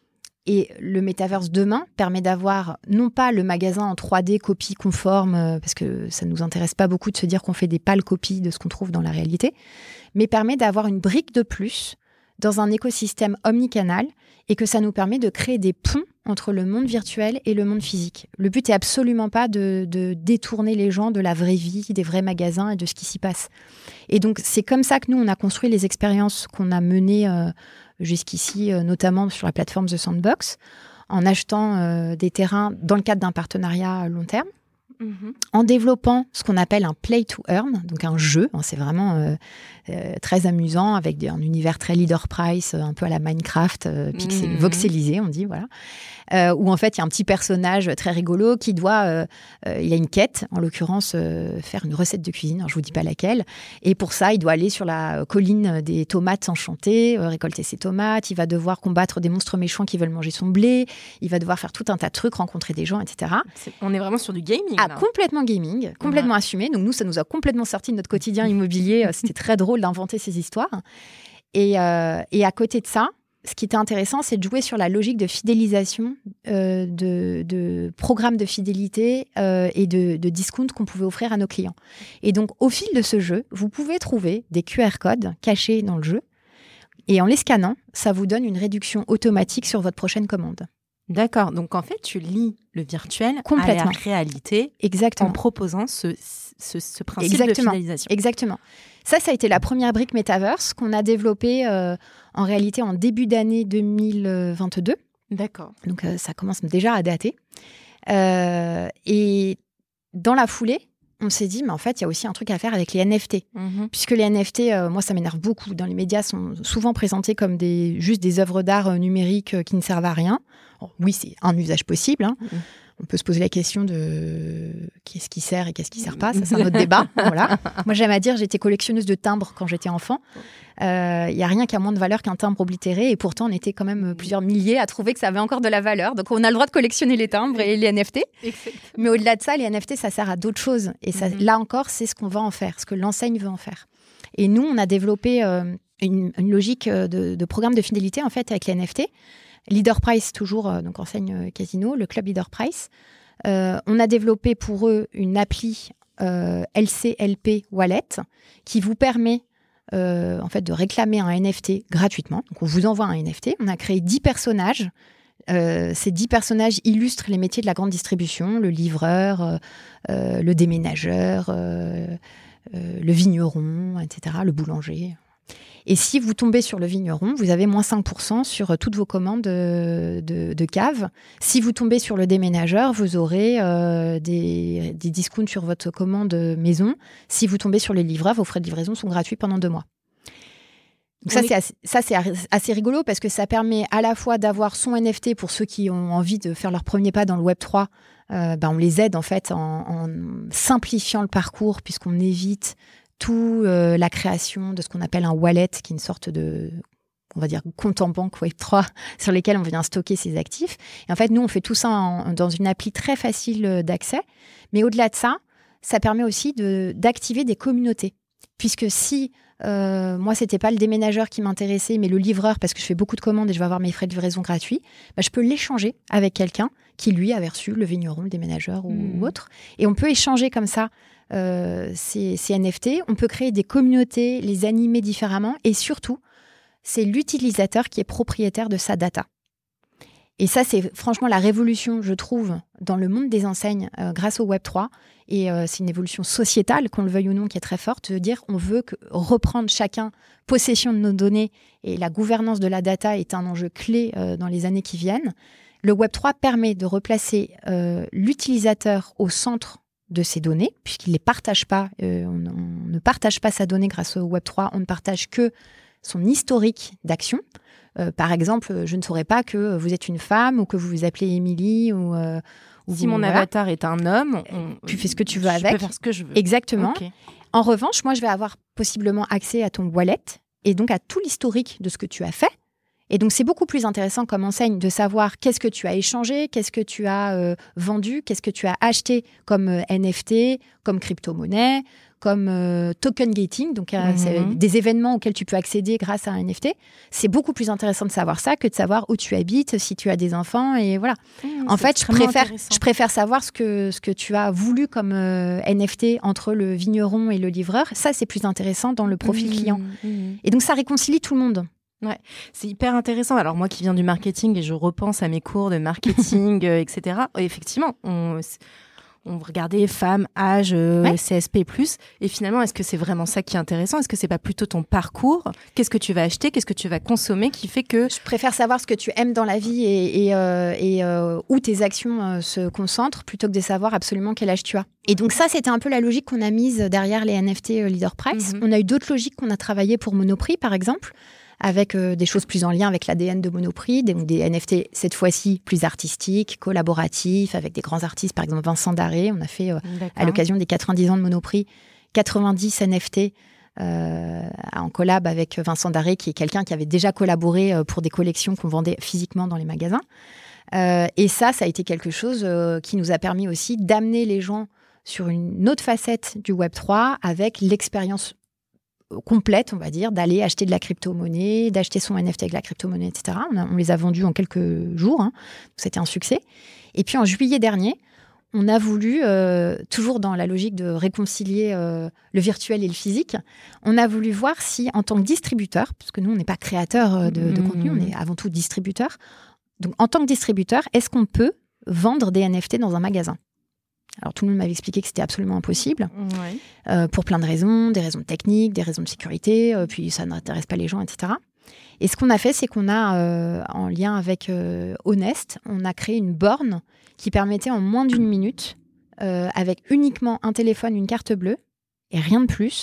Et le Metaverse demain permet d'avoir non pas le magasin en trois D copie conforme, euh, parce que ça ne nous intéresse pas beaucoup de se dire qu'on fait des pâles copies de ce qu'on trouve dans la réalité, mais permet d'avoir une brique de plus dans un écosystème omnicanal et que ça nous permet de créer des ponts entre le monde virtuel et le monde physique. Le but n'est absolument pas de, de détourner les gens de la vraie vie, des vrais magasins et de ce qui s'y passe. Et donc, c'est comme ça que nous, on a construit les expériences qu'on a menées euh, jusqu'ici, euh, notamment sur la plateforme The Sandbox, en achetant euh, des terrains dans le cadre d'un partenariat long terme, mmh. en développant ce qu'on appelle un play to earn, donc un jeu. Hein, c'est vraiment euh, euh, très amusant, avec des, un univers très leader price, un peu à la Minecraft, euh, pixel, mmh. voxelisé, on dit, voilà. Euh, où en fait, il y a un petit personnage très rigolo qui doit, euh, euh, il a une quête, en l'occurrence, euh, faire une recette de cuisine, alors je vous dis pas laquelle, et pour ça, il doit aller sur la colline des tomates enchantées, euh, récolter ses tomates, il va devoir combattre des monstres méchants qui veulent manger son blé, il va devoir faire tout un tas de trucs, rencontrer des gens, et cetera. C'est, on est vraiment sur du gaming, ah, là. Complètement gaming, complètement ouais. assumé, donc nous, ça nous a complètement sorti de notre quotidien immobilier, c'était très drôle d'inventer ces histoires, et, euh, et à côté de ça, ce qui était intéressant, c'est de jouer sur la logique de fidélisation, euh, de, de programmes de fidélité euh, et de, de discount qu'on pouvait offrir à nos clients. Et donc, au fil de ce jeu, vous pouvez trouver des Q R codes cachés dans le jeu. Et en les scannant, ça vous donne une réduction automatique sur votre prochaine commande. D'accord. Donc, en fait, tu lis le virtuel complètement à la réalité. Exactement. En proposant ce, ce, ce principe Exactement. de fidélisation. Exactement. Ça, ça a été la première brique Metaverse qu'on a développée euh, en réalité en début d'année deux mille vingt-deux. D'accord. Donc, euh, ça commence déjà à dater. Euh, et dans la foulée, on s'est dit, mais en fait, il y a aussi un truc à faire avec les N F T. Mm-hmm. Puisque les N F T, euh, moi, ça m'énerve beaucoup. Dans les médias, sont souvent présentés comme des, juste des œuvres d'art euh, numériques euh, qui ne servent à rien. Alors, oui, c'est un usage possible. Hein. Mm-hmm. On peut se poser la question de qu'est-ce qui sert et qu'est-ce qui ne sert pas. Ça, c'est un autre débat. Voilà. Moi, j'aime à dire, j'étais collectionneuse de timbres quand j'étais enfant. Il euh, n'y a rien qui a moins de valeur qu'un timbre oblitéré. Et pourtant, on était quand même plusieurs milliers à trouver que ça avait encore de la valeur. Donc, on a le droit de collectionner les timbres et les N F T. Exactement. Mais au-delà de ça, les N F T, ça sert à d'autres choses. Et ça, mm-hmm. là encore, c'est ce qu'on va en faire, ce que l'enseigne veut en faire. Et nous, on a développé euh, une, une logique de, de programme de fidélité, en fait, avec les N F T. Leader Price, toujours, euh, donc enseigne euh, Casino, le club Leader Price. Euh, on a développé pour eux une appli euh, L C L P Wallet qui vous permet euh, en fait de réclamer un N F T gratuitement. Donc on vous envoie un N F T. On a créé dix personnages. Euh, ces dix personnages illustrent les métiers de la grande distribution, le livreur, euh, euh, le déménageur, euh, euh, le vigneron, et cetera, le boulanger. Et si vous tombez sur le vigneron, vous avez moins cinq pour cent sur toutes vos commandes de, de, de cave. Si vous tombez sur le déménageur, vous aurez euh, des, des discounts sur votre commande maison. Si vous tombez sur les livreurs, vos frais de livraison sont gratuits pendant deux mois. Donc ça, est... c'est assez, ça, c'est assez rigolo parce que ça permet à la fois d'avoir son N F T pour ceux qui ont envie de faire leur premier pas dans le web trois. Euh, ben on les aide en fait en, en simplifiant le parcours puisqu'on évite tout euh, la création de ce qu'on appelle un wallet, qui est une sorte de, on va dire, compte en banque web trois sur lesquels on vient stocker ses actifs. Et en fait, nous, on fait tout ça en, dans une appli très facile d'accès. Mais au-delà de ça, ça permet aussi de, d'activer des communautés. Puisque si, euh, moi, c'était pas le déménageur qui m'intéressait, mais le livreur, parce que je fais beaucoup de commandes et je vais avoir mes frais de livraison gratuits, bah, je peux l'échanger avec quelqu'un qui, lui, avait reçu le vigneron, le déménageur ou, mmh. ou autre. Et on peut échanger comme ça Euh, ces, ces N F T, on peut créer des communautés, les animer différemment et surtout, c'est l'utilisateur qui est propriétaire de sa data. Et ça, c'est franchement la révolution, je trouve, dans le monde des enseignes euh, grâce au web trois. Et euh, c'est une évolution sociétale, qu'on le veuille ou non, qui est très forte, de dire on veut que, reprendre chacun possession de nos données et la gouvernance de la data est un enjeu clé euh, dans les années qui viennent. Le web trois permet de replacer euh, l'utilisateur au centre de ces données, puisqu'il ne les partage pas. Euh, on, on ne partage pas sa donnée grâce au web trois, on ne partage que son historique d'action. Euh, par exemple, je ne saurais pas que vous êtes une femme ou que vous vous appelez Émilie. Ou, euh, ou si vous, mon voilà. avatar est un homme, on, tu fais ce que tu veux je avec. Je peux faire ce que je veux. Exactement. Okay. En revanche, moi, je vais avoir possiblement accès à ton wallet et donc à tout l'historique de ce que tu as fait. Et donc, c'est beaucoup plus intéressant comme enseigne de savoir qu'est-ce que tu as échangé, qu'est-ce que tu as euh, vendu, qu'est-ce que tu as acheté comme euh, N F T, comme crypto-monnaie, comme euh, token gating, donc euh, Mmh. c'est des événements auxquels tu peux accéder grâce à un N F T. C'est beaucoup plus intéressant de savoir ça que de savoir où tu habites, si tu as des enfants, et voilà. Mmh, En c'est fait, je extrêmement préfère, intéressant. je préfère savoir ce que, ce que tu as voulu comme euh, N F T entre le vigneron et le livreur. Ça, c'est plus intéressant dans le profil Mmh, client. mmh. Et donc, ça réconcilie tout le monde. C'est hyper intéressant. Alors moi qui viens du marketing et je repense à mes cours de marketing, euh, et cetera. Effectivement, on, on regardait femmes, âge, euh, Ouais. C S P plus. Et finalement, est-ce que c'est vraiment ça qui est intéressant ? Est-ce que c'est pas plutôt ton parcours ? Qu'est-ce que tu vas acheter ? Qu'est-ce que tu vas consommer qui fait que... Je préfère savoir ce que tu aimes dans la vie et, et, euh, et euh, où tes actions euh, se concentrent plutôt que de savoir absolument quel âge tu as. Et donc ça, c'était un peu la logique qu'on a mise derrière les N F T euh, Leader Price. Mhm. On a eu d'autres logiques qu'on a travaillées pour Monoprix, par exemple, avec euh, des choses plus en lien avec l'A D N de Monoprix, des, des N F T cette fois-ci plus artistiques, collaboratifs, avec des grands artistes, par exemple Vincent Darré. On a fait, euh, à l'occasion des quatre-vingt-dix ans de Monoprix, quatre-vingt-dix N F T euh, en collab avec Vincent Darré, qui est quelqu'un qui avait déjà collaboré euh, pour des collections qu'on vendait physiquement dans les magasins. Euh, et ça, ça a été quelque chose euh, qui nous a permis aussi d'amener les gens sur une autre facette du Web trois avec l'expérience complète, on va dire, d'aller acheter de la crypto-monnaie, d'acheter son N F T avec la crypto-monnaie, et cetera. On, a, on les a vendus en quelques jours. Hein. C'était un succès. Et puis, en juillet dernier, on a voulu, euh, toujours dans la logique de réconcilier euh, le virtuel et le physique, on a voulu voir si, en tant que distributeur, parce que nous, on n'est pas créateur de, de Mmh. contenu, on est avant tout distributeur. Donc, en tant que distributeur, est-ce qu'on peut vendre des N F T dans un magasin ? Alors, tout le monde m'avait expliqué que c'était absolument impossible, Ouais. euh, pour plein de raisons, des raisons techniques, des raisons de sécurité, euh, puis ça n'intéresse pas les gens, et cetera. Et ce qu'on a fait, c'est qu'on a, euh, en lien avec euh, Honest, on a créé une borne qui permettait en moins d'une minute, euh, avec uniquement un téléphone, une carte bleue, et rien de plus,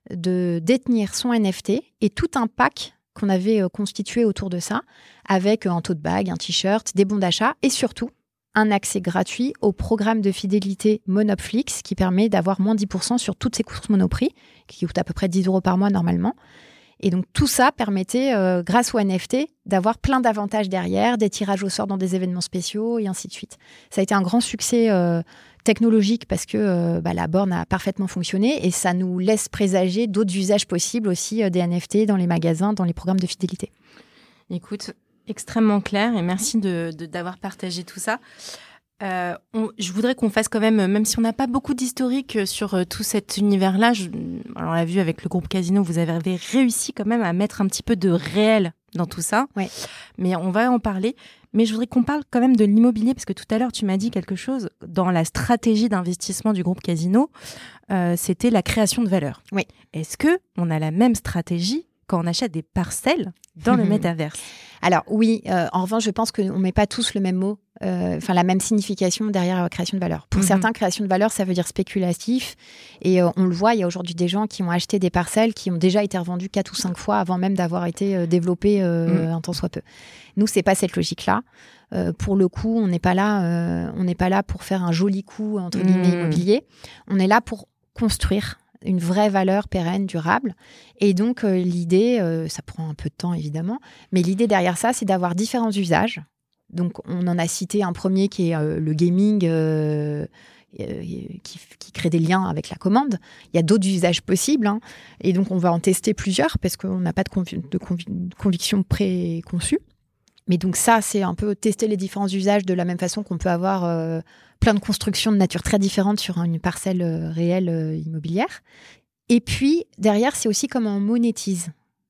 de détenir son N F T et tout un pack qu'on avait euh, constitué autour de ça, avec euh, un tote bag, un t-shirt, des bons d'achat, et surtout, un accès gratuit au programme de fidélité Monopflix qui permet d'avoir moins dix pour cent sur toutes ces courses Monoprix, qui coûtent à peu près dix euros par mois normalement. Et donc tout ça permettait, euh, grâce au N F T, d'avoir plein d'avantages derrière, des tirages au sort dans des événements spéciaux et ainsi de suite. Ça a été un grand succès euh, technologique parce que euh, bah, la borne a parfaitement fonctionné et ça nous laisse présager d'autres usages possibles aussi euh, des N F T dans les magasins, dans les programmes de fidélité. Écoute, extrêmement clair et merci de, de- d'avoir partagé tout ça. Euh, on- je voudrais qu'on fasse quand même, même si on n'a pas beaucoup d'historique sur euh, tout cet univers-là, je, alors on l'a vu avec le groupe Casino, vous avez réussi quand même à mettre un petit peu de réel dans tout ça. Ouais. Mais on va en parler. Mais je voudrais qu'on parle quand même de l'immobilier, parce que tout à l'heure, tu m'as dit quelque chose. Dans la stratégie d'investissement du groupe Casino, euh, c'était la création de valeur. Oui. Est-ce qu'on a la même stratégie quand on achète des parcelles dans le métaverse ? Alors oui, euh, en revanche, je pense qu'on ne met pas tous le même mot, euh, enfin la même signification derrière euh, création de valeur. Pour Mhm. certains, création de valeur, ça veut dire spéculatif. Et euh, on le voit, il y a aujourd'hui des gens qui ont acheté des parcelles qui ont déjà été revendues quatre ou cinq fois avant même d'avoir été euh, développées euh, Mhm. un tant soit peu. Nous, c'est pas cette logique-là. Euh, pour le coup, on n'est pas là, euh, on n'est pas là pour faire un joli coup entre guillemets Mhm. immobilier. On est là pour construire une vraie valeur pérenne, durable. Et donc, euh, l'idée, euh, ça prend un peu de temps évidemment, mais l'idée derrière ça, c'est d'avoir différents usages. Donc, on en a cité un premier qui est euh, le gaming, euh, euh, qui, qui crée des liens avec la commande. Il y a d'autres usages possibles, hein. Et donc, on va en tester plusieurs parce qu'on n'a pas de, convi- de convi- conviction préconçue. Mais donc ça, c'est un peu tester les différents usages de la même façon qu'on peut avoir euh, plein de constructions de nature très différentes sur une parcelle euh, réelle euh, immobilière. Et puis, derrière, c'est aussi comment on monétise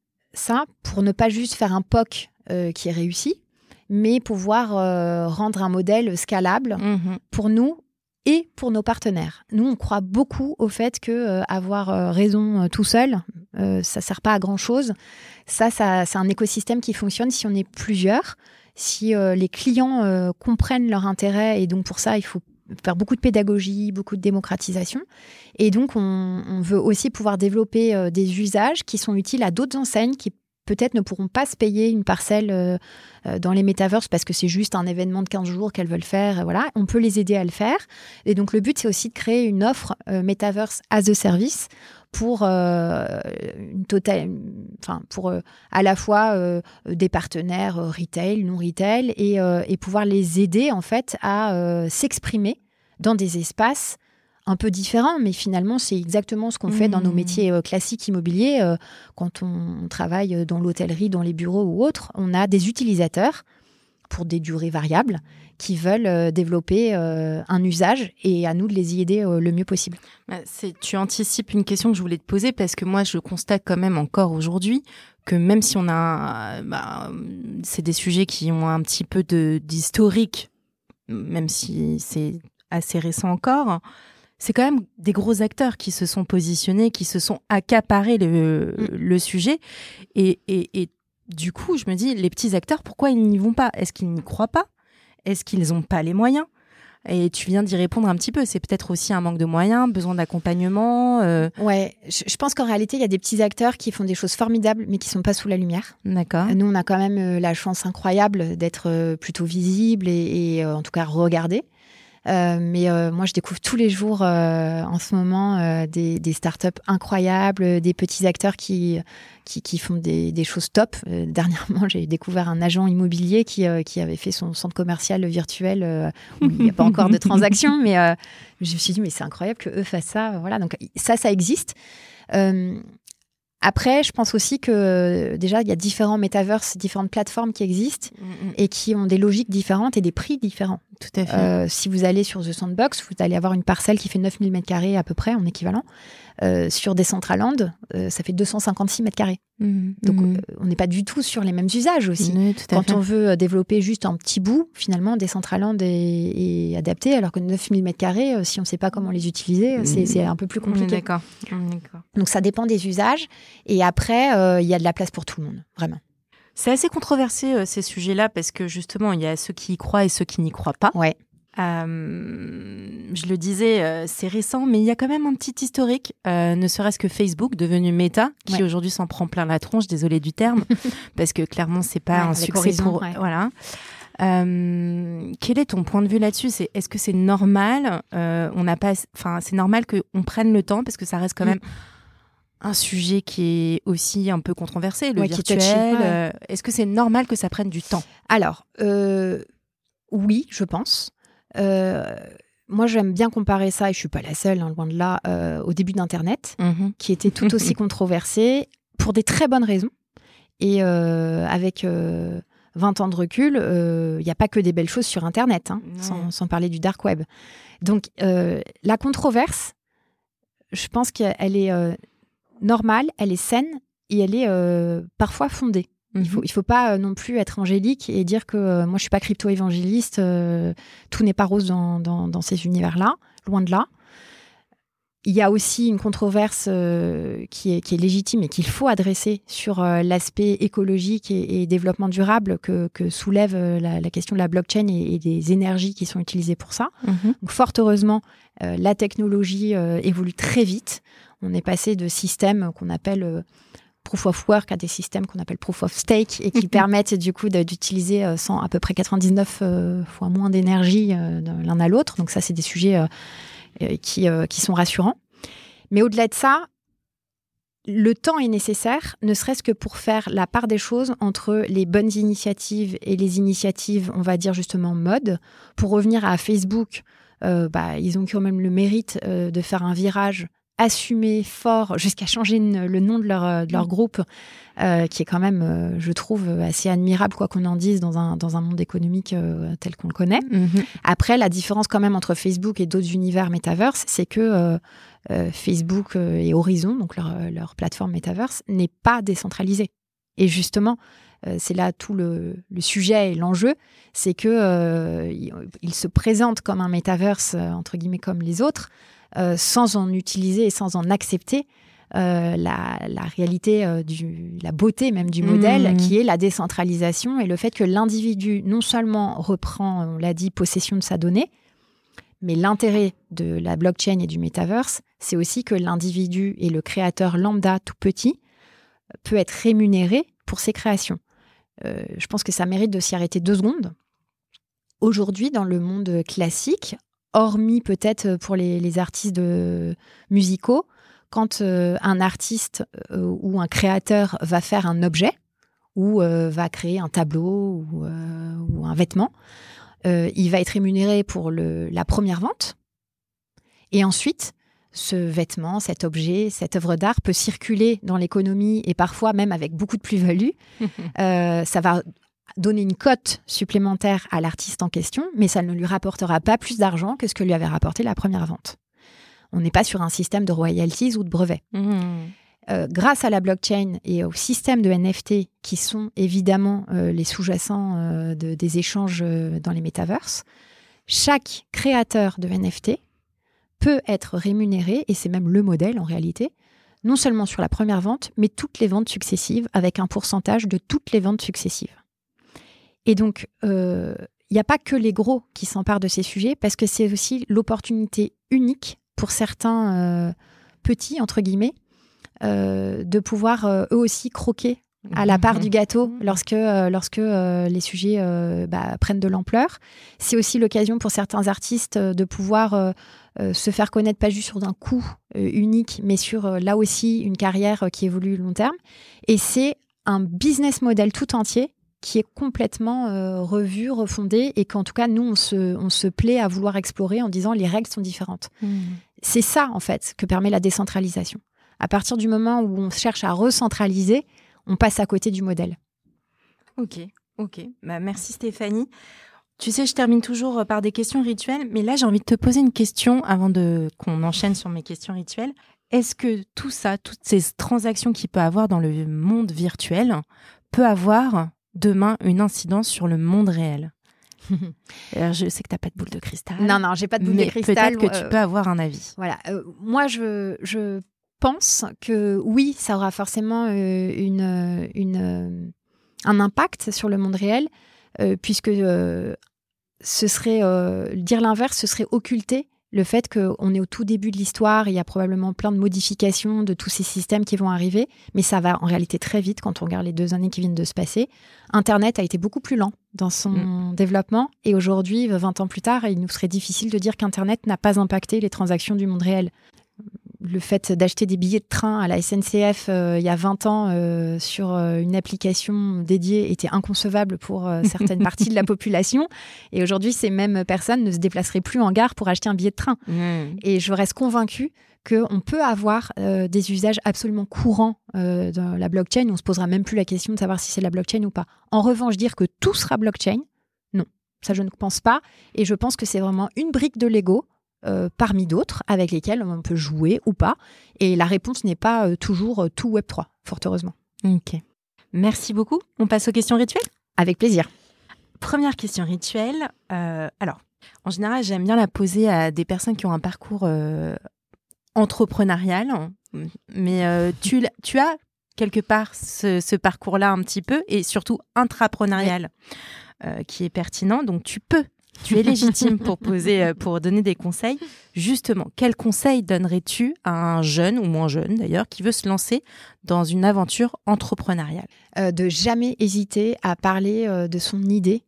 ça pour ne pas juste faire un P O C euh, qui est réussi, mais pouvoir euh, rendre un modèle scalable Mhm. pour nous et pour nos partenaires. Nous, on croit beaucoup au fait que euh, avoir euh, raison euh, tout seul, euh, ça sert pas à grand-chose. Ça, ça, c'est un écosystème qui fonctionne si on est plusieurs, si euh, les clients euh, comprennent leur intérêt. Et donc, pour ça, il faut faire beaucoup de pédagogie, beaucoup de démocratisation. Et donc, on, on veut aussi pouvoir développer euh, des usages qui sont utiles à d'autres enseignes qui peut-être ne pourront pas se payer une parcelle euh, euh, dans les metaverses parce que c'est juste un événement de quinze jours qu'elles veulent faire. Et voilà, on peut les aider à le faire. Et donc, le but, c'est aussi de créer une offre euh, metaverse as a service pour euh, une totale, enfin pour euh, à la fois euh, des partenaires euh, retail, non retail, et, euh, et pouvoir les aider en fait à euh, s'exprimer dans des espaces un peu différent, mais finalement, c'est exactement ce qu'on mmh. fait dans nos métiers euh, classiques immobiliers. Euh, quand on, on travaille dans l'hôtellerie, dans les bureaux ou autres, on a des utilisateurs pour des durées variables qui veulent euh, développer euh, un usage et à nous de les y aider euh, le mieux possible. C'est, tu anticipes une question que je voulais te poser parce que moi, je constate quand même encore aujourd'hui que même si on a... Bah, c'est des sujets qui ont un petit peu de, d'historique, même si c'est assez récent encore, c'est quand même des gros acteurs qui se sont positionnés, qui se sont accaparés le, mmh. le sujet. Et, et, et du coup, je me dis, les petits acteurs, pourquoi ils n'y vont pas ? Est-ce qu'ils n'y croient pas ? Est-ce qu'ils n'ont pas les moyens ? Et tu viens d'y répondre un petit peu. C'est peut-être aussi un manque de moyens, besoin d'accompagnement. Euh... Ouais, je, je pense qu'en réalité, il y a des petits acteurs qui font des choses formidables, mais qui ne sont pas sous la lumière. D'accord. Nous, on a quand même euh, la chance incroyable d'être euh, plutôt visible et, et euh, en tout cas regardés. Euh, mais euh, moi, je découvre tous les jours euh, en ce moment euh, des, des startups incroyables, des petits acteurs qui, qui, qui font des, des choses top. Euh, dernièrement, j'ai découvert un agent immobilier qui, euh, qui avait fait son centre commercial virtuel euh, où il n'y a pas encore de transaction. Mais euh, je me suis dit, mais c'est incroyable qu'eux fassent ça. Voilà, donc ça, ça existe. Euh, Après, je pense aussi que déjà, il y a différents metaverses, différentes plateformes qui existent mmh. et qui ont des logiques différentes et des prix différents. Tout à fait. Euh, si vous allez sur The Sandbox, vous allez avoir une parcelle qui fait neuf mille mètres carrés à peu près en équivalent. Euh, sur Decentraland, euh, ça fait deux cent cinquante-six mètres carrés. Mmh. Donc, mmh. Euh, on n'est pas du tout sur les mêmes usages aussi. Oui, Quand fait. on veut développer juste un petit bout, finalement, Decentraland est, est adapté, alors que neuf mille mètres carrés, euh, si on ne sait pas comment les utiliser, mmh. c'est, c'est un peu plus compliqué. On est d'accord. On est d'accord. Donc, ça dépend des usages. Et après, il euh, y a de la place pour tout le monde, vraiment. C'est assez controversé, euh, ces sujets-là, parce que justement, il y a ceux qui y croient et ceux qui n'y croient pas. Ouais. Euh, je le disais, euh, c'est récent, mais il y a quand même un petit historique, euh, ne serait-ce que Facebook, devenu Meta, qui ouais. aujourd'hui s'en prend plein la tronche, désolé du terme, parce que clairement, c'est pas ouais, un succès horizon, pour... Ouais. Voilà. Euh, quel est ton point de vue là-dessus ? C'est, est-ce que c'est normal euh, on n'a pas, enfin, c'est normal qu'on prenne le temps, parce que ça reste quand même... Mm. un sujet qui est aussi un peu controversé, le ouais, virtuel. Qui est touchy, ouais. euh, est-ce que c'est normal que ça prenne du temps ? Alors, euh, oui, je pense. Euh, moi, j'aime bien comparer ça, et je ne suis pas la seule, hein, loin de là, euh, au début d'Internet, mmh. qui était tout aussi controversé, pour des très bonnes raisons. Et euh, avec euh, vingt ans de recul, il euh, n'y a pas que des belles choses sur Internet, hein, sans, sans parler du dark web. Donc, euh, la controverse, je pense qu'elle est... Euh, normale, elle est saine et elle est euh, parfois fondée. Mm-hmm. Il faut, il faut pas euh, non plus être angélique et dire que euh, moi je suis pas crypto-évangéliste, euh, tout n'est pas rose dans, dans, dans ces univers-là, loin de là. Il y a aussi une controverse euh, qui, est, qui est légitime et qu'il faut adresser sur euh, l'aspect écologique et, et développement durable que, que soulève euh, la, la question de la blockchain et, et des énergies qui sont utilisées pour ça. Mm-hmm. Donc, fort heureusement, euh, la technologie euh, évolue très vite. On est passé de systèmes qu'on appelle euh, proof of work à des systèmes qu'on appelle proof of stake et qui permettent du coup de, d'utiliser euh, cent, à peu près quatre-vingt-dix-neuf euh, fois moins d'énergie euh, l'un à l'autre. Donc ça, c'est des sujets euh, euh, qui, euh, qui sont rassurants. Mais au-delà de ça, le temps est nécessaire, ne serait-ce que pour faire la part des choses entre les bonnes initiatives et les initiatives, on va dire justement mode. Pour revenir à Facebook, euh, bah, ils ont quand même le mérite euh, de faire un virage assumé, fort, jusqu'à changer le nom de leur, de leur groupe, euh, qui est quand même, euh, je trouve, assez admirable, quoi qu'on en dise, dans un, dans un monde économique euh, tel qu'on le connaît. Mm-hmm. Après, la différence quand même entre Facebook et d'autres univers Metaverse, c'est que euh, euh, Facebook et Horizon, donc leur, leur plateforme Metaverse, n'est pas décentralisée. Et justement, euh, c'est là tout le, le sujet et l'enjeu, c'est que euh, il, il se présente comme un Metaverse, euh, entre guillemets, comme les autres, Euh, sans en utiliser et sans en accepter euh, la, la réalité, euh, du, la beauté même du modèle, mmh. qui est la décentralisation et le fait que l'individu non seulement reprend, on l'a dit, possession de sa donnée, mais l'intérêt de la blockchain et du metaverse, c'est aussi que l'individu et le créateur lambda tout petit peut être rémunéré pour ses créations. Euh, je pense que ça mérite de s'y arrêter deux secondes. Aujourd'hui, dans le monde classique, hormis peut-être pour les, les artistes de, musicaux, quand euh, un artiste euh, ou un créateur va faire un objet ou euh, va créer un tableau ou, euh, ou un vêtement, euh, il va être rémunéré pour le, la première vente Et ensuite, ce vêtement, cet objet, cette œuvre d'art peut circuler dans l'économie et parfois même avec beaucoup de plus-value. euh, ça va donner une cote supplémentaire à l'artiste en question, mais ça ne lui rapportera pas plus d'argent que ce que lui avait rapporté la première vente. On n'est pas sur un système de royalties ou de brevets. Mmh. Euh, grâce à la blockchain et au système de N F T qui sont évidemment euh, les sous-jacents euh, de, des échanges euh, dans les métaverses, chaque créateur de N F T peut être rémunéré, et c'est même le modèle en réalité, non seulement sur la première vente, mais toutes les ventes successives avec un pourcentage de toutes les ventes successives. Et donc, il euh, n'y a pas que les gros qui s'emparent de ces sujets parce que c'est aussi l'opportunité unique pour certains euh, petits, entre guillemets, euh, de pouvoir euh, eux aussi croquer à la part du gâteau lorsque, euh, lorsque euh, les sujets euh, bah, prennent de l'ampleur. C'est aussi l'occasion pour certains artistes euh, de pouvoir euh, euh, se faire connaître pas juste sur un coup euh, unique, mais sur euh, là aussi une carrière euh, qui évolue long terme. Et c'est un business model tout entier qui est complètement euh, revu, refondé, et qu'en tout cas, nous, on se, on se plaît à vouloir explorer en disant les règles sont différentes. Mmh. C'est ça, en fait, que permet la décentralisation. À partir du moment où on cherche à recentraliser, on passe à côté du modèle. Ok, ok. Bah, merci Stéphanie. Tu sais, je termine toujours par des questions rituelles, mais là, j'ai envie de te poser une question avant de, qu'on enchaîne sur mes questions rituelles. Est-ce que tout ça, toutes ces transactions qu'il peut avoir dans le monde virtuel, peut avoir demain une incidence sur le monde réel? Alors, je sais que tu n'as pas de boule de cristal. Non, non, j'ai pas de boule mais de cristal. Peut-être que euh, tu peux avoir un avis. Voilà. Euh, moi, je... je... pense que oui, ça aura forcément euh, une, une, euh, un impact sur le monde réel, euh, puisque euh, ce serait euh, dire l'inverse, ce serait occulter le fait qu'on est au tout début de l'histoire, il y a probablement plein de modifications de tous ces systèmes qui vont arriver, mais ça va en réalité très vite quand on regarde les deux années qui viennent de se passer. Internet a été beaucoup plus lent dans son mmh. développement, et aujourd'hui, vingt ans plus tard, il nous serait difficile de dire qu'Internet n'a pas impacté les transactions du monde réel. Le fait d'acheter des billets de train à la S N C F euh, il y a vingt ans euh, sur euh, une application dédiée était inconcevable pour euh, certaines parties de la population. Et aujourd'hui, ces mêmes personnes ne se déplaceraient plus en gare pour acheter un billet de train. Mmh. Et je reste convaincue qu'on peut avoir euh, des usages absolument courants euh, dans la blockchain. On ne se posera même plus la question de savoir si c'est la blockchain ou pas. En revanche, dire que tout sera blockchain, non. Ça, je ne pense pas. Et je pense que c'est vraiment une brique de Lego Euh, parmi d'autres avec lesquels on peut jouer ou pas. Et la réponse n'est pas euh, toujours euh, tout web trois, fort heureusement. Ok. Merci beaucoup. On passe aux questions rituelles ? Avec plaisir. Première question rituelle. Euh, alors, en général, j'aime bien la poser à des personnes qui ont un parcours euh, entrepreneurial. Mais euh, tu, tu as quelque part ce, ce parcours-là un petit peu, et surtout intrapreneurial, oui. euh, qui est pertinent. Donc, tu peux Tu es légitime pour poser, pour donner des conseils. Justement, quels conseils donnerais-tu à un jeune, ou moins jeune d'ailleurs, qui veut se lancer dans une aventure entrepreneuriale ? euh, De jamais hésiter à parler euh, de son idée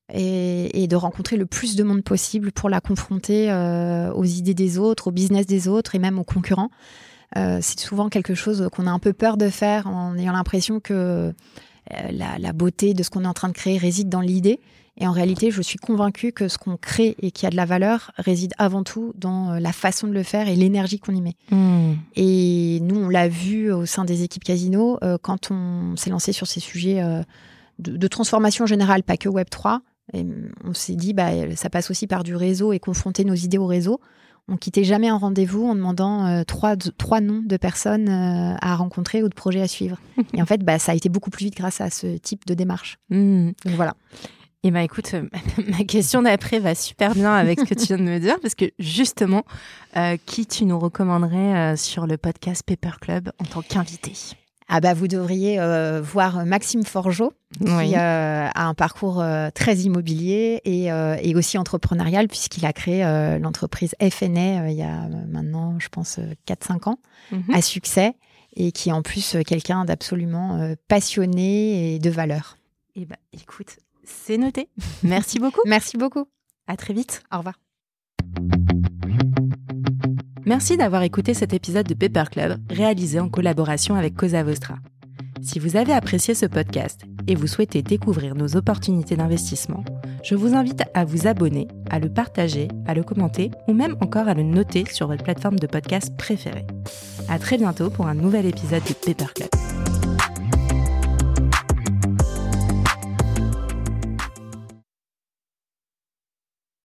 et, et de rencontrer le plus de monde possible pour la confronter euh, aux idées des autres, au business des autres et même aux concurrents. Euh, c'est souvent quelque chose qu'on a un peu peur de faire en ayant l'impression que euh, la, la beauté de ce qu'on est en train de créer réside dans l'idée. Et en réalité, je suis convaincue que ce qu'on crée et qui a de la valeur réside avant tout dans la façon de le faire et l'énergie qu'on y met. Mmh. Et nous, on l'a vu au sein des équipes Casino, euh, quand on s'est lancé sur ces sujets euh, de, de transformation générale, pas que web trois. Et on s'est dit, bah, ça passe aussi par du réseau et confronter nos idées au réseau. On quittait jamais un rendez-vous en demandant euh, trois, trois noms de personnes euh, à rencontrer ou de projets à suivre. Et en fait, bah, ça a été beaucoup plus vite grâce à ce type de démarche. Mmh. Donc voilà. Eh bien, écoute, ma question d'après va super bien avec ce que tu viens de me dire, parce que justement, euh, qui tu nous recommanderais euh, sur le podcast Paper Club en tant qu'invité ? Ah bah, vous devriez euh, voir Maxime Forgeot, qui oui. euh, a un parcours euh, très immobilier et, euh, et aussi entrepreneurial, puisqu'il a créé euh, l'entreprise F N A euh, il y a maintenant, je pense, quatre cinq ans, mm-hmm. à succès, et qui est en plus quelqu'un d'absolument euh, passionné et de valeur. Eh bien, écoute... C'est noté. Merci beaucoup. Merci beaucoup. À très vite. Au revoir. Merci d'avoir écouté cet épisode de Paper Club, réalisé en collaboration avec Cosa Vostra. Si vous avez apprécié ce podcast et vous souhaitez découvrir nos opportunités d'investissement, Je vous invite à vous abonner, à le partager, à le commenter ou même encore à le noter sur votre plateforme de podcast préférée. À très bientôt pour un nouvel épisode de Paper Club.